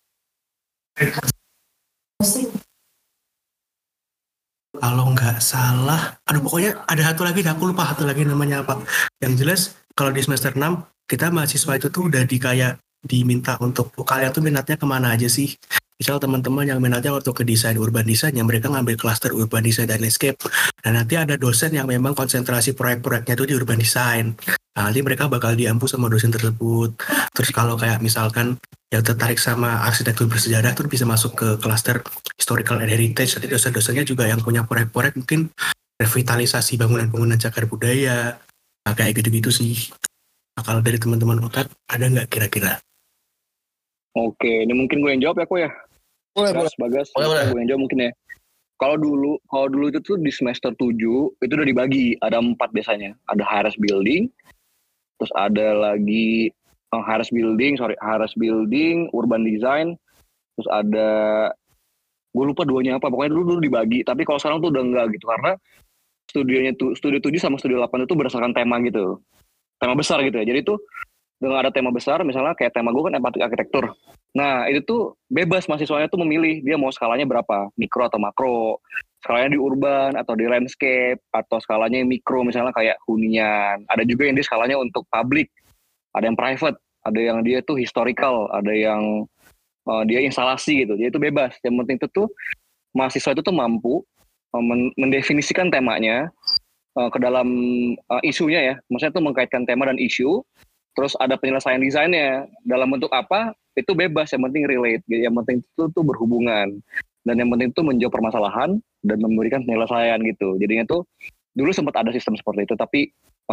[SPEAKER 4] Kalau nggak salah, pokoknya ada satu lagi, aku lupa satu lagi namanya apa. Yang jelas kalau di semester 6 kita mahasiswa itu tuh udah diminta untuk kalian tuh minatnya kemana aja sih. Misal teman-teman yang minatnya waktu ke desain urban design, yang mereka ngambil klaster urban design dan landscape. Dan nanti ada dosen yang memang konsentrasi proyek-proyeknya itu di urban design. Nah, nanti mereka bakal diampu sama dosen tersebut. Terus kalau kayak misalkan yang tertarik sama arsitektur bersejarah tuh bisa masuk ke klaster historical and heritage. Nanti dosen-dosennya juga yang punya proyek-proyek mungkin revitalisasi bangunan-bangunan cagar budaya. Nah, kayak gitu-gitu sih. Nah, kalau dari teman-teman UTAD ada nggak kira-kira?
[SPEAKER 7] Oke, ini mungkin gue yang jawab ya kok ya.
[SPEAKER 2] Boleh.
[SPEAKER 7] Bagas, gue yang jawab mungkin ya. Kalau dulu itu tuh di semester 7 itu udah dibagi, ada 4 biasanya. Ada HRS building, terus ada lagi HRS building, urban design, terus ada gue lupa duanya apa. Pokoknya dulu dibagi, tapi kalau sekarang tuh udah enggak gitu karena studio 7 sama studio 8 itu berdasarkan tema gitu. Tema besar gitu ya. Jadi tuh dengan ada tema besar, misalnya kayak tema gue kan empatik arsitektur. Nah, itu tuh bebas mahasiswanya tuh memilih dia mau skalanya berapa, mikro atau makro, skalanya di urban atau di landscape, atau skalanya yang mikro misalnya kayak hunian. Ada juga yang dia skalanya untuk public, ada yang private, ada yang dia tuh historical, ada yang dia instalasi gitu. Jadi itu bebas. Yang penting itu tuh mahasiswa itu tuh mampu mendefinisikan temanya ke dalam isunya ya. Maksudnya tuh mengkaitkan tema dan isu. Terus ada penyelesaian desainnya dalam bentuk apa itu bebas, yang penting relate, yang penting itu tuh berhubungan, dan yang penting itu menjawab permasalahan dan memberikan penyelesaian gitu. Jadinya tuh dulu sempat ada sistem seperti itu, tapi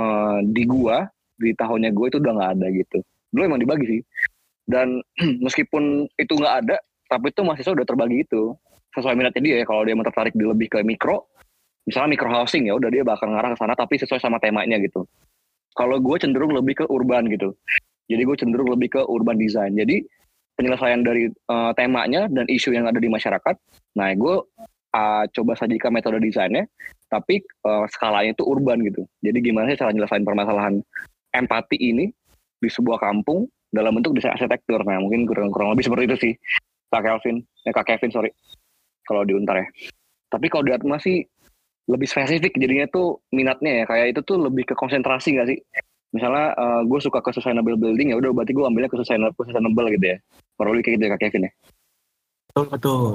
[SPEAKER 7] di tahunnya gue itu udah nggak ada gitu. Dulu emang dibagi sih, dan meskipun itu nggak ada, tapi itu mahasiswa udah terbagi itu sesuai minatnya dia ya. Kalau dia mau tertarik lebih ke mikro, misalnya micro housing ya udah dia bakal ngarah ke sana, tapi sesuai sama temanya gitu. Kalau gue cenderung lebih ke urban gitu. Jadi gue cenderung lebih ke urban design. Jadi penyelesaian dari temanya dan isu yang ada di masyarakat. Nah, gue coba sajikan metode desainnya, tapi skalanya itu urban gitu. Jadi gimana sih cara nyelesain permasalahan empati ini di sebuah kampung dalam bentuk desain arsitektur. Nah, mungkin kurang lebih seperti itu sih, Kak Kevin, sorry. Kalau di Untar ya. Tapi kalau di Atma sih lebih spesifik jadinya tuh minatnya ya, kayak itu tuh lebih ke konsentrasi nggak sih? Misalnya gue suka ke sustainable building, ya udah berarti gue ambilnya ke sustainable gitu ya. Kurang lebih kayak gitu ya Kak Kevin ya.
[SPEAKER 4] Betul.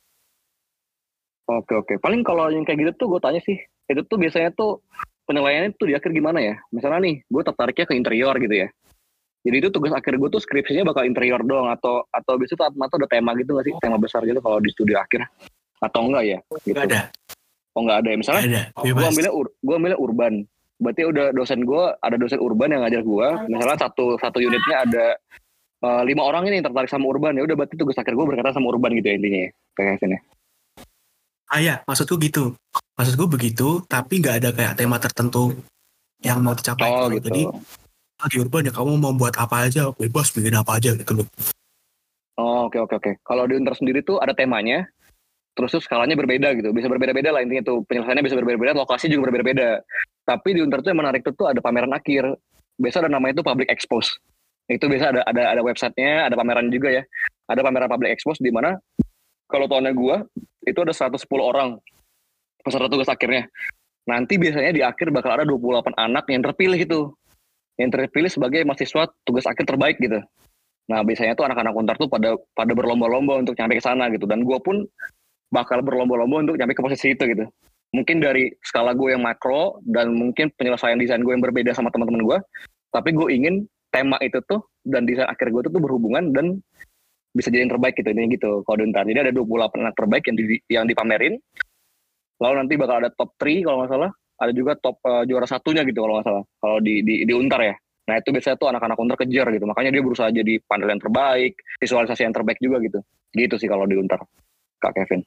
[SPEAKER 7] Oke. Paling kalau yang kayak gitu tuh gue tanya sih, itu tuh biasanya tuh penilaiannya tuh di akhir gimana ya? Misalnya nih, gue tertariknya ke interior gitu ya. Jadi itu tugas akhir gue tuh skripsinya bakal interior doang, atau biasanya tuh ada tema gitu nggak sih? Tema besar gitu kalau di studi akhir. Atau enggak ya? Gitu.
[SPEAKER 4] Nggak ada.
[SPEAKER 7] Oh nggak ada ya, misalnya gue ambilnya urban, berarti udah ada dosen urban yang ngajar gue, misalnya satu unitnya ada 5 orang ini yang tertarik sama urban, ya udah berarti tugas akhir gue berkaitan sama urban gitu ya intinya ya, kayak sini.
[SPEAKER 4] Ya, maksudku gitu, begitu, tapi nggak ada kayak tema tertentu yang mau dicapai.
[SPEAKER 7] Gitu.
[SPEAKER 4] Jadi di urban ya kamu mau buat apa aja, bebas bikin apa aja gitu loh.
[SPEAKER 7] Oke. Kalau di Untar sendiri tuh ada temanya. Terus tuh skalanya berbeda gitu, bisa berbeda-beda lah intinya tuh, penyelesaiannya bisa berbeda-beda, lokasi juga berbeda-beda. Tapi di Untar tuh yang menarik tuh ada pameran akhir, biasa ada namanya tuh public expose. Itu biasa ada websitenya, ada pameran juga ya. Ada pameran public expose di mana kalau tahunnya gue itu ada 110 orang peserta tugas akhirnya. Nanti biasanya di akhir bakal ada 28 anak yang terpilih itu. Yang terpilih sebagai mahasiswa tugas akhir terbaik gitu. Nah biasanya tuh anak-anak Untar tuh pada berlomba-lomba untuk nyampe ke sana gitu. Dan gue pun bakal berlomba-lomba untuk nyampe ke posisi itu gitu. Mungkin dari skala gue yang makro dan mungkin penyelesaian desain gue yang berbeda sama teman-teman gue. Tapi gue ingin tema itu tuh dan desain akhir gue tuh berhubungan dan bisa jadi yang terbaik gitu. Ini gitu kalau di Untar. Jadi ada 28 anak terbaik yang dipamerin. Lalu nanti bakal ada top 3 kalau nggak salah. Ada juga top juara satunya gitu kalau nggak salah. Kalau di Untar ya. Nah itu biasanya tuh anak-anak Untar kejar gitu. Makanya dia berusaha jadi panel yang terbaik, visualisasi yang terbaik juga gitu. Gitu sih kalau di Untar, Kak Kevin.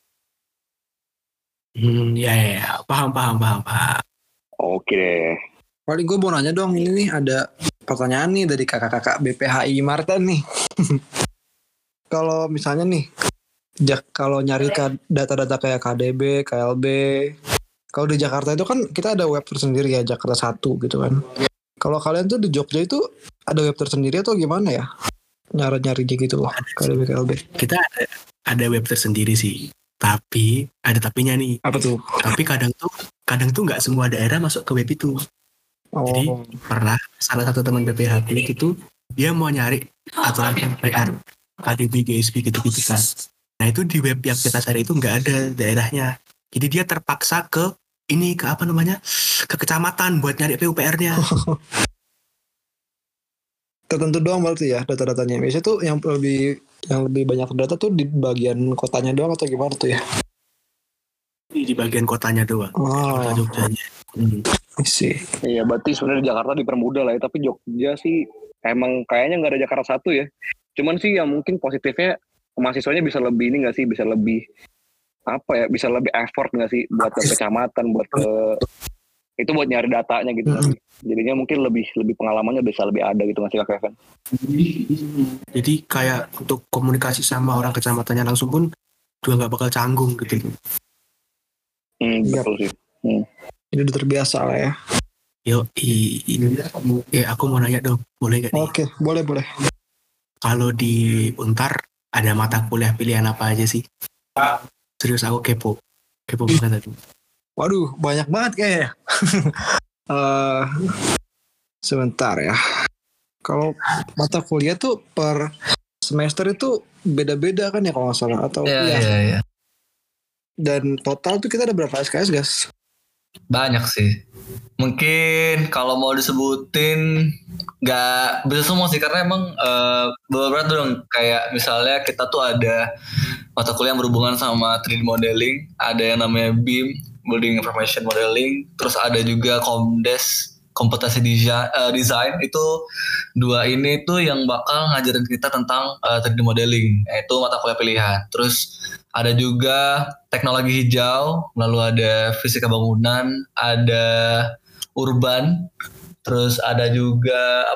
[SPEAKER 4] Ya. Paham.
[SPEAKER 7] Oke deh.
[SPEAKER 2] Paling gue mau nanya dong, ini nih ada pertanyaan nih dari kakak-kakak BPHI Martin nih. Kalau misalnya nih, kalau nyari data-data kayak KDB, KLB, kalau di Jakarta itu kan kita ada web tersendiri ya, Jakarta 1 gitu kan. Kalau kalian tuh di Jogja itu ada web tersendiri atau gimana ya? Nyari-nyarinya gitu loh, KDB, KLB.
[SPEAKER 4] Kita ada web tersendiri sih. Tapi ada tapinya nih.
[SPEAKER 2] Apa tuh?
[SPEAKER 4] Tapi kadang tuh nggak semua daerah masuk ke web itu. Jadi pernah salah satu teman BPHP itu tuh dia mau nyari aturan MPR, KDB, GSB gitu-gitu kan. Nah itu di web yang kita cari itu nggak ada daerahnya. Jadi dia terpaksa ke kecamatan buat nyari PUPR-nya.
[SPEAKER 2] Tertentu doang berarti ya data-datanya. Biasanya tuh yang lebih banyak data tuh di bagian kotanya doang atau gimana tuh ya?
[SPEAKER 4] Di bagian kotanya doang. Kota Jogjanya.
[SPEAKER 2] Sih.
[SPEAKER 7] Iya berarti sebenarnya di Jakarta dipermudah lah ya. Tapi Jogja sih emang kayaknya nggak ada Jakarta 1 ya. Cuman sih yang mungkin positifnya mahasiswanya bisa lebih ini nggak sih, bisa lebih bisa lebih effort nggak sih buat ke kecamatan, buat ke itu buat nyari datanya gitu nanti. Jadinya mungkin lebih pengalamannya bisa lebih ada gitu masih Kak Kevin.
[SPEAKER 4] Jadi kayak untuk komunikasi sama orang kecamatannya langsung pun juga nggak bakal canggung gitu.
[SPEAKER 7] Betul sih.
[SPEAKER 2] Ini udah terbiasa lah ya.
[SPEAKER 4] Aku mau nanya dong, boleh nggak nih?
[SPEAKER 2] Oke, boleh.
[SPEAKER 4] Kalau di Untar ada mata kuliah pilihan apa aja sih? Serius aku kepo banget tadi.
[SPEAKER 2] Waduh, banyak banget kayaknya. Sebentar ya. Kalau mata kuliah tuh per semester itu beda-beda kan ya kalau nggak salah atau
[SPEAKER 3] Iya.
[SPEAKER 2] Dan total tuh kita ada berapa SKS guys?
[SPEAKER 3] Banyak sih. Mungkin kalau mau disebutin nggak bisa semua sih karena emang beberapa tuh dong kayak misalnya kita tuh ada mata kuliah yang berhubungan sama 3D modeling, ada yang namanya BIM, Building Information Modeling, terus ada juga Komdes, Komputasi Design. Itu dua ini tuh yang bakal ngajarin kita tentang 3D modeling, yaitu mata kuliah pilihan. Terus ada juga teknologi hijau, lalu ada fisika bangunan, ada urban, terus ada juga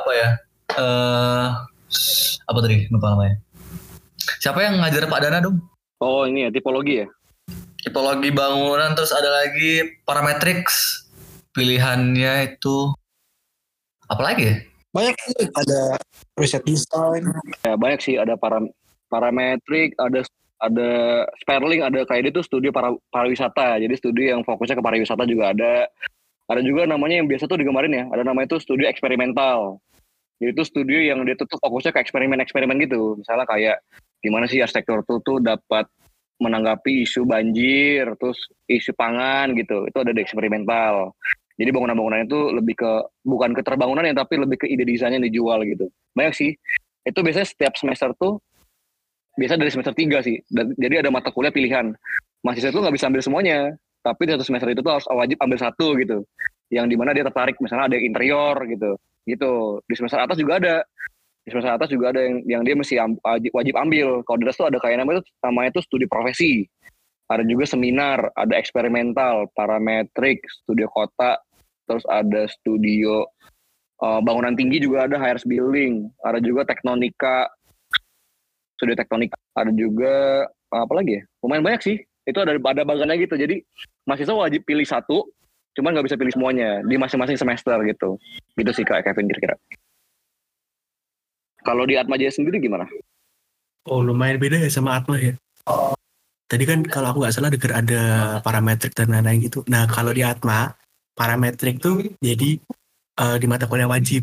[SPEAKER 3] apa tadi lupa namanya. Siapa yang ngajar Pak Dana dong?
[SPEAKER 7] Oh ini ya tipologi ya?
[SPEAKER 3] Tipologi bangunan, terus ada lagi parametrics. Pilihannya itu apa lagi ya?
[SPEAKER 2] Banyak sih, ada riset design.
[SPEAKER 7] Ya banyak sih, ada parametrik, ada Sperling, ada kayak itu studi pariwisata. Jadi studi yang fokusnya ke pariwisata juga ada. Ada juga namanya yang biasa tuh digambarin ya, ada namanya tuh studi eksperimental. Jadi itu studi yang dia tuh fokusnya ke eksperimen gitu. Misalnya kayak gimana sih arsitektur tuh dapat menanggapi isu banjir, terus isu pangan gitu. Itu ada di eksperimental. Jadi bangunan-bangunan itu lebih ke, bukan ke terbangunan ya, tapi lebih ke ide desainnya yang dijual gitu. Banyak sih. Itu biasanya setiap semester tuh, biasa dari semester 3 sih. Jadi ada mata kuliah pilihan. Mahasiswa itu nggak bisa ambil semuanya. Tapi di satu semester itu tuh harus wajib ambil satu gitu. Yang dimana dia tertarik, misalnya ada yang interior gitu. Di semester atas juga ada. Di semester atas juga ada yang dia mesti wajib ambil. Kalau di atas tuh ada kayak namanya tuh studi profesi. Ada juga seminar, ada eksperimental, parametrik, studio kota, terus ada studio bangunan tinggi juga ada, high building, ada juga tektonika, studio tektonika, ada juga apa lagi ya? Lumayan banyak sih. Itu ada bagannya gitu. Jadi mahasiswa wajib pilih satu, cuman nggak bisa pilih semuanya di masing-masing semester gitu. Gitu sih Kak Kevin kira-kira. Kalau di Atma Jaya sendiri gimana?
[SPEAKER 4] Oh, lumayan beda ya sama Atma ya. Tadi kan kalau aku nggak salah dengar ada parametrik dan lain-lain gitu. Nah, kalau di Atma, parametrik tuh jadi di mata kuliah wajib.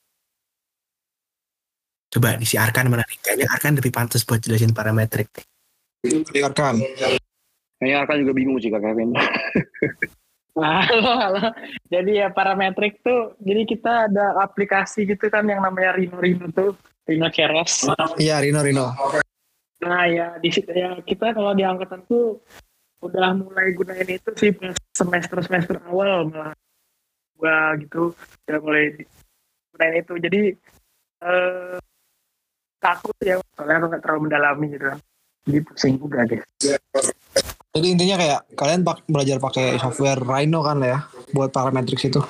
[SPEAKER 4] Coba si Arkan mana nih? Kayaknya Arkan lebih pantas buat jelasin parametrik.
[SPEAKER 2] Dengarkan.
[SPEAKER 7] Kayaknya Arkan juga bingung sih Kak Kevin.
[SPEAKER 6] Halo. Jadi ya parametrik tuh, jadi kita ada aplikasi gitu kan yang namanya Rino tuh, Rino Keros.
[SPEAKER 2] Iya, Rino.
[SPEAKER 6] Nah ya di situ ya kita kalau di angkatan tuh udah mulai gunain itu sih semester awal malah gua gitu udah mulai gunain itu. Jadi takut ya soalnya aku nggak terlalu mendalami gitu. Jadi pusing juga deh.
[SPEAKER 2] Jadi intinya kayak kalian belajar pakai software Rhino kan ya buat parametrics itu.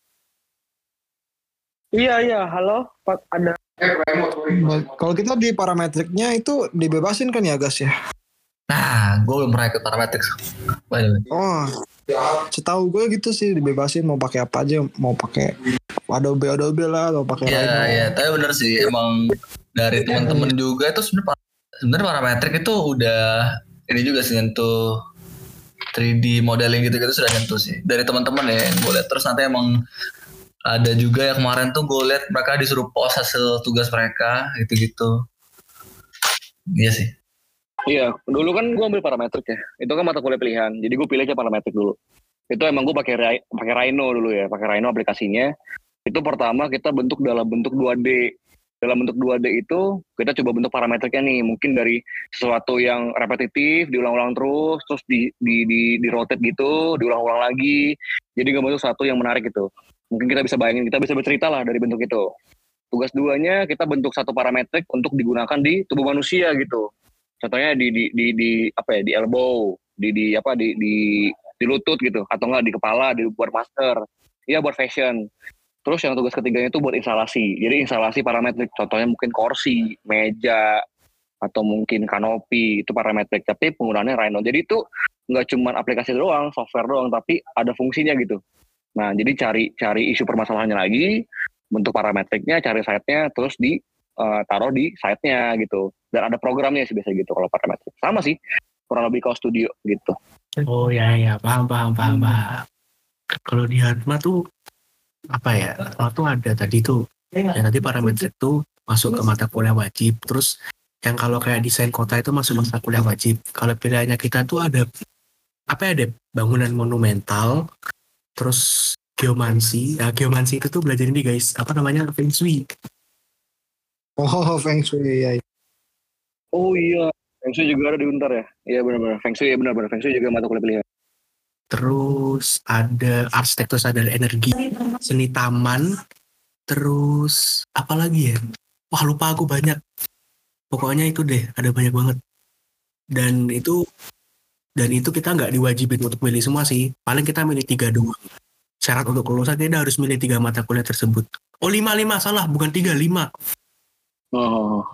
[SPEAKER 6] Iya, halo Pak, ada.
[SPEAKER 2] Kalau kita di parametriknya itu dibebasin kan ya Gas ya?
[SPEAKER 3] Nah, gue belum pernah ikut parametrics.
[SPEAKER 2] Oh, setahu gue gitu sih dibebasin mau pakai apa aja, mau pakai Adobe lah, atau pakai Rhino.
[SPEAKER 3] Iya, tapi bener sih emang dari teman-teman juga itu sebenarnya parametrik itu udah ini juga sih nyentuh 3D modeling gitu-gitu sudah nyentuh sih dari teman-teman ya yang gue lihat. Terus nanti emang ada juga yang kemarin tuh gue lihat mereka disuruh post hasil tugas mereka gitu-gitu. Iya sih.
[SPEAKER 7] Iya, dulu kan gue ambil parametrik ya. Itu kan mata kuliah pilihan. Jadi gue pilih aja parametrik dulu. Itu emang gue pakai Rhino dulu ya, pakai Rhino aplikasinya. Itu pertama kita bentuk dalam bentuk 2D. Dalam bentuk 2D itu kita coba bentuk parametriknya nih, mungkin dari sesuatu yang repetitif diulang-ulang terus di rotate gitu, diulang-ulang lagi. Jadi nggak bentuk satu yang menarik gitu. Mungkin kita bisa bayangin, kita bisa bercerita lah dari bentuk itu. Tugas 2-nya kita bentuk satu parametrik untuk digunakan di tubuh manusia gitu. Contohnya di apa ya, di elbow, di lutut gitu, atau enggak di kepala, buat masker. Iya, buat fashion. Terus yang tugas ketiganya itu buat instalasi. Jadi instalasi parametrik, contohnya mungkin kursi, meja, atau mungkin kanopi, itu parametrik. Tapi penggunaannya Rhino. Jadi itu nggak cuma aplikasi doang, software doang, tapi ada fungsinya gitu. Nah, jadi cari isu permasalahannya lagi, bentuk parametriknya, cari site-nya, terus taruh di site-nya gitu. Dan ada programnya sih biasa gitu kalau parametrik. Sama sih, kurang lebih kalau studio gitu.
[SPEAKER 4] Oh ya, paham. Kalau di Hatma tuh apa ya, kalau tuh ada tadi tuh yang tadi parametrik tuh masuk ke mata kuliah wajib, terus yang kalau kayak desain kota itu masuk mata kuliah wajib. Kalau pilihannya kita tuh ada apa ya, ada bangunan monumental, terus geomansi. Nah, geomansi itu tuh belajar ini guys, apa namanya, feng shui.
[SPEAKER 2] Oh, feng shui ya.
[SPEAKER 7] Oh iya, feng shui juga ada di Untar ya. Iya benar-benar, feng shui ya benar-benar, feng shui juga mata kuliah pilihan.
[SPEAKER 4] Terus ada arsitektur sadar energi, seni taman, terus apa lagi ya? Wah, lupa aku banyak. Pokoknya itu deh, ada banyak banget. Dan itu kita nggak diwajibin untuk milih semua sih. Paling kita milih 3 doang. Syarat untuk lulusan kita harus milih 3 mata kuliah tersebut. Oh, 5 salah, bukan 3, 5.
[SPEAKER 7] Oh,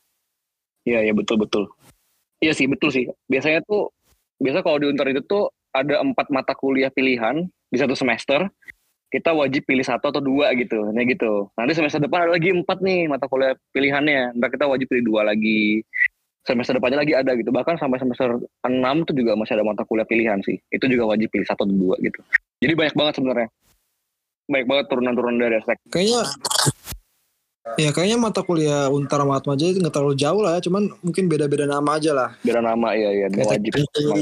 [SPEAKER 7] iya betul. Iya sih, betul sih. Biasa kalau di Untar itu tuh ada 4 mata kuliah pilihan di satu semester. Kita wajib pilih 1 atau 2 gitu. Nah gitu. Nanti semester depan ada lagi 4 nih mata kuliah pilihannya. Ntar kita wajib pilih 2 lagi. Semester depannya lagi ada gitu. Bahkan sampai semester 6 tuh juga masih ada mata kuliah pilihan sih. Itu juga wajib pilih 1 atau 2 gitu. Jadi banyak banget sebenarnya. Banyak banget turunan-turunan dari aspek.
[SPEAKER 2] Kayaknya mata kuliah Untar sama Atma Jaya nggak terlalu jauh lah ya, cuman mungkin beda-beda nama aja lah.
[SPEAKER 7] Beda nama ya, wajib.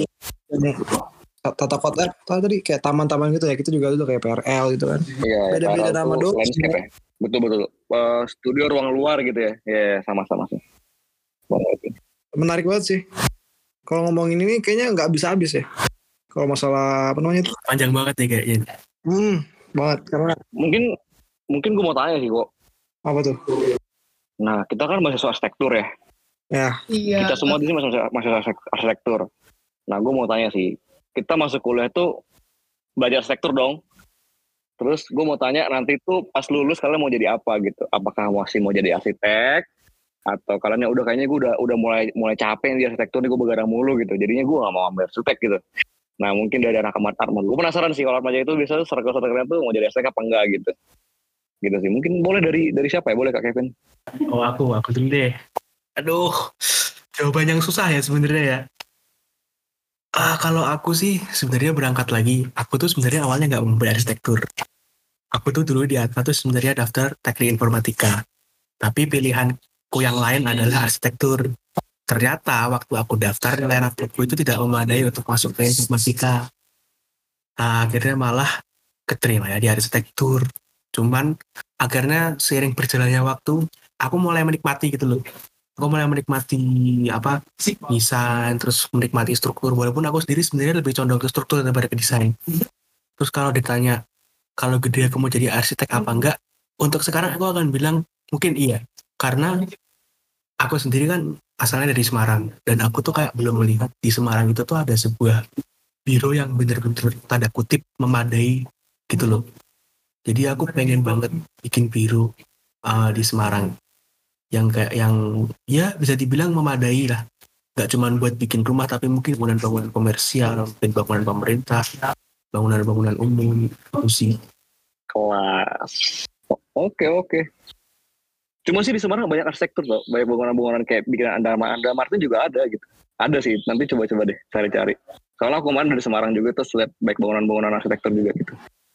[SPEAKER 2] Tata kota tadi kayak taman-taman gitu ya, kita juga dulu kayak PRL gitu kan.
[SPEAKER 7] Iya.
[SPEAKER 2] Beda-beda nama doang.
[SPEAKER 7] Ya. Betul. Studio ruang luar gitu ya. Iya, sama-sama sih.
[SPEAKER 2] Menarik banget sih. Kalau ngomongin ini kayaknya nggak bisa habis ya. Kalau masalah apa namanya itu
[SPEAKER 4] panjang banget nih kayaknya.
[SPEAKER 2] Banget karena
[SPEAKER 7] mungkin gue mau tanya sih kok.
[SPEAKER 2] Apa tuh?
[SPEAKER 7] Nah, kita kan mahasiswa arsitektur ya.
[SPEAKER 2] Ya.
[SPEAKER 1] Iya.
[SPEAKER 7] Kita semua di sini mahasiswa arsitektur. Nah, gue mau tanya sih, kita masuk kuliah tuh belajar arsitektur dong. Terus gue mau tanya nanti tuh pas lulus kalian mau jadi apa gitu? Apakah masih mau jadi arsitek? Atau kalian udah kayaknya gue udah mulai capek di arsitektur nih, gue begadang mulu gitu. Jadinya gue gak mau ambil arsitek gitu. Nah, mungkin dari anak Atma, gue penasaran sih kalau Atma Jaya itu biasanya circle-circle tuh mau jadi arsitek apa enggak gitu. gitu sih. Mungkin boleh dari siapa ya? Boleh Kak Kevin?
[SPEAKER 4] Oh aku dulu deh. Aduh, jawaban yang susah ya sebenarnya ya. Kalau aku sih sebenarnya berangkat lagi. Aku tuh sebenarnya awalnya nggak mau berarsitektur. Aku tuh dulu di Atma tuh sebenarnya daftar teknik informatika. Tapi pilihanku yang lain adalah arsitektur. Ternyata waktu aku daftar nilai rapotku itu tidak memadai untuk masuk ke informatika. Akhirnya malah keterima ya di arsitektur. Cuman akhirnya seiring berjalannya waktu, aku mulai menikmati gitu loh. Aku mulai menikmati desain, terus menikmati struktur. Walaupun aku sendiri sebenarnya lebih condong ke struktur daripada ke desain. Terus kalau ditanya, kalau gede aku mau jadi arsitek apa enggak? Untuk sekarang aku akan bilang mungkin iya. Karena aku sendiri kan asalnya dari Semarang. Dan aku tuh kayak belum melihat di Semarang itu tuh ada sebuah biro yang bener-bener tanda kutip memadai gitu loh. Jadi aku pengen banget bikin biro di Semarang yang kayak yang ya bisa dibilang memadai lah. Gak cuma buat bikin rumah tapi mungkin bangunan-bangunan komersial, dan bangunan pemerintah, bangunan-bangunan umum itu sih.
[SPEAKER 7] Kelas. Oke. Cuma sih di Semarang banyak arsitektur loh, banyak bangunan-bangunan kayak bikinan Anda Martin juga ada gitu. Ada sih, nanti coba-coba deh cari-cari. Soalnya aku kemarin dari Semarang juga terus lihat baik bangunan-bangunan arsitektur juga gitu.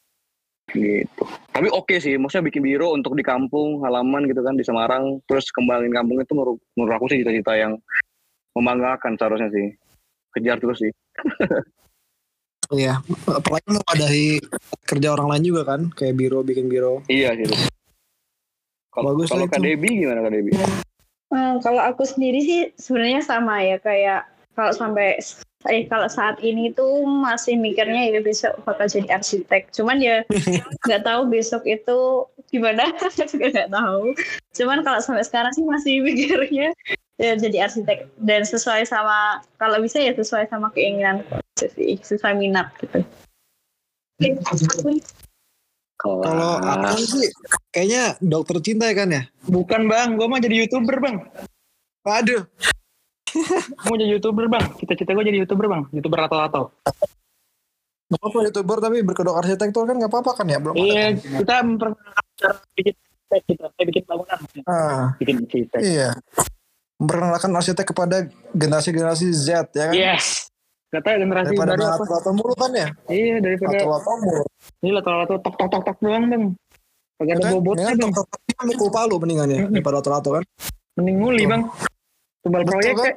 [SPEAKER 7] Tapi oke sih, maksudnya bikin biro untuk di kampung halaman gitu kan di Semarang, terus kembangin kampung itu menurut aku sih cita-cita yang membanggakan seharusnya sih. Kejar terus sih.
[SPEAKER 2] Iya, apalagi mewadahi kerja orang lain juga kan, kayak bikin biro.
[SPEAKER 7] Iya sih. Kalau Kak Debbie gimana Kak Debbie?
[SPEAKER 5] Kalau aku sendiri sih sebenarnya sama ya, kayak kalau saat ini tuh masih mikirnya ya besok bakal jadi arsitek. Cuman ya nggak tahu besok itu gimana, juga nggak tahu. Cuman kalau sampai sekarang sih masih mikirnya ya jadi arsitek, dan sesuai sama, kalau bisa ya sesuai sama keinginan sih, sesuai minat gitu.
[SPEAKER 2] Kalau aku sih kayaknya dokter cinta ya kan ya?
[SPEAKER 6] Bukan bang, gue mau jadi YouTuber bang.
[SPEAKER 2] Waduh.
[SPEAKER 6] Mau jadi YouTuber bang, cita-cita gue jadi YouTuber bang, YouTuber atau.
[SPEAKER 2] Gak apa-apa YouTuber tapi berkedok arsitektur kan gak apa-apa kan ya? Belum
[SPEAKER 6] iya,
[SPEAKER 2] ada.
[SPEAKER 6] Kita memperkenalkan cara bikin bangunan. Bikin arsitek.
[SPEAKER 2] Iya. Memperkenalkan arsitek kepada generasi Z ya kan?
[SPEAKER 6] Yes. Kata generasi
[SPEAKER 2] daripada
[SPEAKER 6] baru apa?
[SPEAKER 2] lato mulu kan ya?
[SPEAKER 6] Iya, daripada
[SPEAKER 2] lato mulu.
[SPEAKER 6] Ini lato tok doang bang. Kagak ada bobotnya bang.
[SPEAKER 2] Tok-tok mikul palu mendingan ya daripada lato kan?
[SPEAKER 6] Mending nguli bang. Tumbal proyek kan?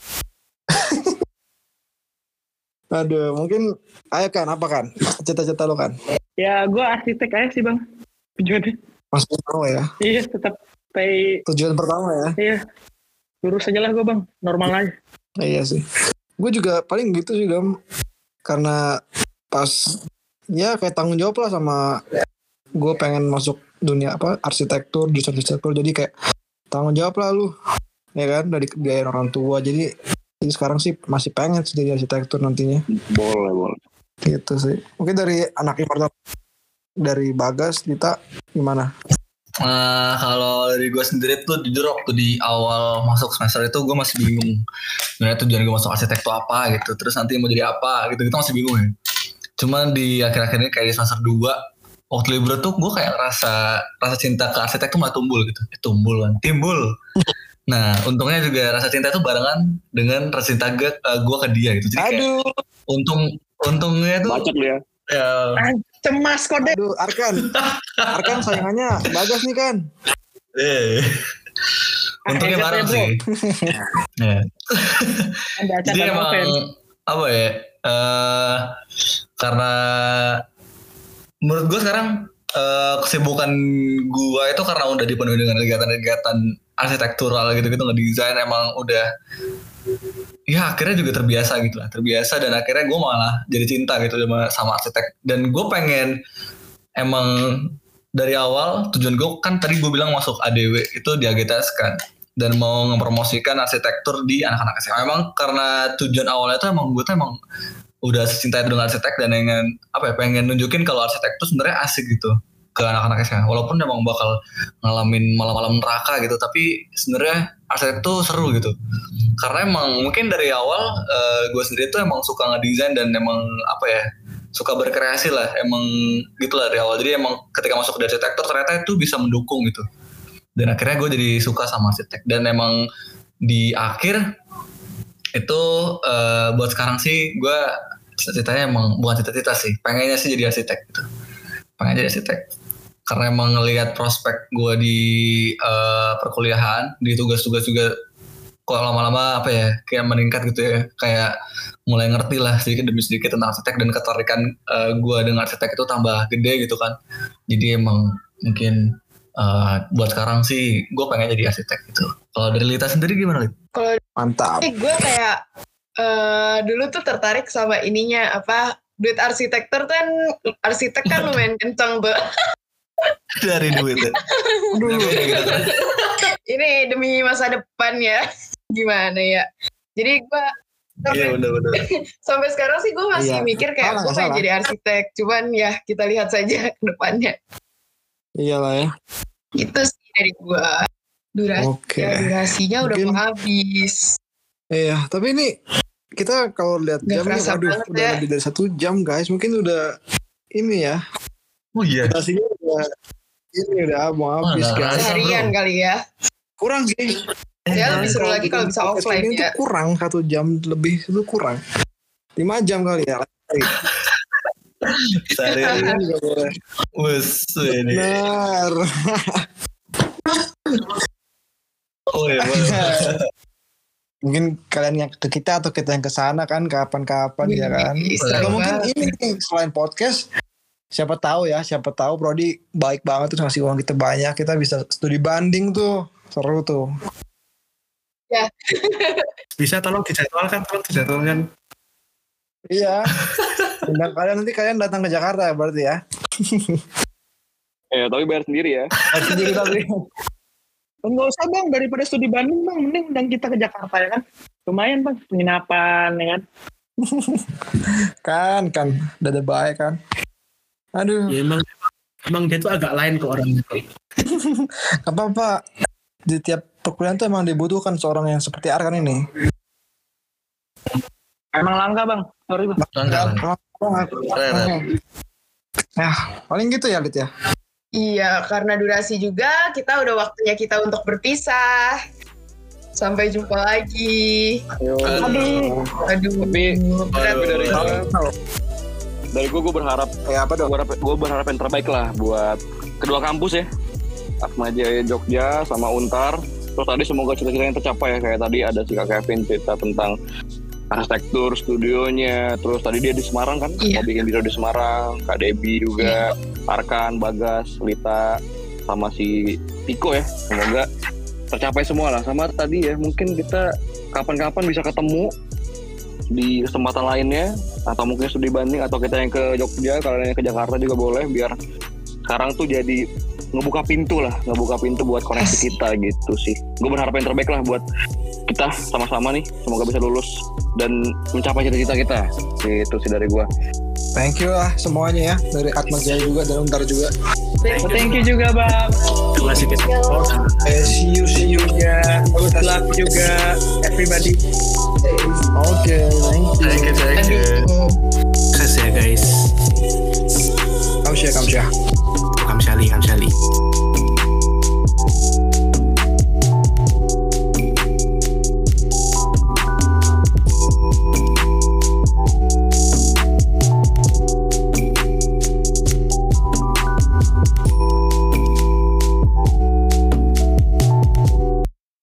[SPEAKER 2] Aduh, mungkin ayo kan apa kan? Cita-cita lo kan?
[SPEAKER 6] Ya gue arsitek aja sih bang. Tujuannya.
[SPEAKER 2] Masih tahu ya?
[SPEAKER 6] Iya, tetap pay.
[SPEAKER 2] Tujuan pertama ya?
[SPEAKER 6] Iya. Lurus aja lah gue bang, normal aja.
[SPEAKER 2] Iya sih. Gue juga paling gitu sih Dam. Karena pas ya kayak tanggung jawab lah sama gue pengen masuk dunia arsitektur, jurusan arsitektur. Jadi kayak tanggung jawab lah lu. Ya kan, dari biaya orang tua. Jadi sekarang sih masih pengen sih jadi arsitektur nantinya.
[SPEAKER 7] Boleh.
[SPEAKER 2] Gitu sih. Mungkin dari anak ipar dari Bagas, Dita gimana?
[SPEAKER 3] Kalau dari gue sendiri tuh jujur waktu di awal masuk semester itu gue masih bingung sebenarnya tujuan gue masuk arsitek itu apa gitu, terus nanti mau jadi apa gitu masih bingung ya. Cuman di akhir-akhir ini kayak di semester 2 waktu liburan tuh gue kayak rasa cinta ke arsitek tuh malah timbul. Nah untungnya juga rasa cinta itu barengan dengan rasa cinta gue ke dia gitu. Jadi kayak untungnya tuh
[SPEAKER 7] bacot lu ya.
[SPEAKER 6] Cemas kode.
[SPEAKER 2] Aduh, Arkan saingannya Bagas nih kan.
[SPEAKER 3] Untungnya bareng sih. Jadi emang apa ya? Karena menurut gue sekarang kesibukan gue itu karena udah dipenuhi dengan kegiatan-kegiatan arsitektural gitu ngedesain, emang udah ya akhirnya juga terbiasa dan akhirnya gue malah jadi cinta gitu sama arsitek. Dan gue pengen, emang dari awal tujuan gue kan tadi gue bilang masuk ADW itu di AGTS kan, dan mau ngepromosikan arsitektur di anak-anak SMA. Emang karena tujuan awalnya itu emang gue tuh emang udah cinta dengan arsitek dan pengen nunjukin kalau arsitek itu sebenarnya asik gitu ke anak-anak SMA. Walaupun emang bakal ngalamin malam-malam neraka gitu, tapi sebenarnya arsitek itu seru gitu. Karena emang mungkin dari awal gue sendiri tuh emang suka ngedesain dan emang suka berkreasi lah, emang gitulah dari awal. Jadi emang ketika masuk ke arsitektur ternyata itu bisa mendukung gitu. Dan akhirnya gue jadi suka sama arsitek. Dan emang di akhir itu buat sekarang sih gue cita-citanya emang bukan cita-cita sih, pengennya sih jadi arsitek gitu. Pengen jadi arsitek. Karena emang ngelihat prospek gue di perkuliahan, di tugas-tugas juga kok lama-lama apa ya kayak meningkat gitu ya, kayak mulai ngerti lah sedikit demi sedikit tentang arsitek, dan ketertarikan gue dengan arsitek itu tambah gede gitu kan. Jadi emang mungkin buat sekarang sih gue pengen jadi arsitek gitu. Kalau dari Lita sendiri gimana, Lit?
[SPEAKER 1] Kalau
[SPEAKER 2] Mantap.
[SPEAKER 1] gue kayak dulu tuh tertarik sama ininya apa, duit arsitektur kan, arsitek kan lumayan kencang tuh.
[SPEAKER 3] Dari duit ya.
[SPEAKER 1] Ini demi masa depan ya. Gimana ya. Jadi gue sampai sekarang sih gue masih mikir kayak gue pengen jadi arsitek. Cuman ya kita lihat saja ke depannya.
[SPEAKER 2] Iyalah ya.
[SPEAKER 1] Itu sih dari gue. Durasinya udah mau habis.
[SPEAKER 2] Iya, tapi ini kita kalau lihat jam ini, waduh, udah lebih dari 1 jam guys. Mungkin udah ini ya.
[SPEAKER 3] Oh iya.
[SPEAKER 2] Durasinya udah mau habis guys.
[SPEAKER 1] Seharian kali ya.
[SPEAKER 2] Kurang sih.
[SPEAKER 1] Ya lebih seru lagi kalau bisa offline
[SPEAKER 2] ini
[SPEAKER 1] ya.
[SPEAKER 2] Itu kurang 1 jam lebih, itu kurang. 5 jam kali ya.
[SPEAKER 3] Seharian juga boleh.
[SPEAKER 2] Benar.
[SPEAKER 3] Oh iya,
[SPEAKER 2] mungkin kalian yang ke kita atau kita yang ke sana kan kapan-kapan ya kan. Atau mungkin ini selain podcast, siapa tahu Prodi baik banget tuh ngasih uang kita banyak, kita bisa studi banding tuh, seru tuh.
[SPEAKER 1] Ya.
[SPEAKER 4] Bisa tolong dijadwalkan.
[SPEAKER 2] Iya. Undang kalian, nanti kalian datang ke Jakarta berarti ya.
[SPEAKER 7] Ya tapi bayar sendiri ya.
[SPEAKER 2] Bayar sendiri tapi.
[SPEAKER 6] Enggak usah bang, daripada studi Bandung bang, mending undang kita ke Jakarta ya kan. Lumayan bang, penginapan ya kan.
[SPEAKER 2] kan udah ada baik kan. Aduh.
[SPEAKER 4] Ya, emang dia tuh agak lain ke orang itu.
[SPEAKER 2] Apa di tiap perkuliahan tuh emang dibutuhkan seorang yang seperti Arkan ini.
[SPEAKER 6] Emang langka bang, sorry bang.
[SPEAKER 2] Nah, paling gitu ya Lid ya.
[SPEAKER 1] Iya, karena durasi juga kita udah waktunya kita untuk berpisah. Sampai jumpa lagi. Aduh.
[SPEAKER 7] Dari gue berharap gue berharap yang terbaik lah buat kedua kampus ya, Atma Jaya Jogja sama Untar. Terus tadi semoga cita-cita yang tercapai ya, kayak tadi ada si Kak Kevin cerita tentang arsitektur studionya, terus tadi dia di Semarang kan, mau bikin video di Semarang, Kak Debbie juga, Arkan, Bagas, Lita, sama si Tiko ya, semoga tercapai semua lah. Sama tadi ya, mungkin kita kapan-kapan bisa ketemu di kesempatan lainnya, atau mungkin studi banding, atau kita yang ke Jogja, kalian yang ke Jakarta juga boleh, biar sekarang tuh jadi ngebuka pintu buat koneksi kita gitu sih. Gue berharap yang terbaik lah buat kita sama-sama nih, semoga bisa lulus dan mencapai cita-cita kita. Itu sih dari gue.
[SPEAKER 2] Thank you lah semuanya ya, dari Atma Jaya juga dan Untar juga.
[SPEAKER 6] Thank you juga bang.
[SPEAKER 4] Terima kasih.
[SPEAKER 2] See you
[SPEAKER 6] Ya, good luck juga everybody.
[SPEAKER 2] Oke, thank you.
[SPEAKER 4] Sukses ya guys.
[SPEAKER 2] Kamsyah.
[SPEAKER 4] Kamsyali.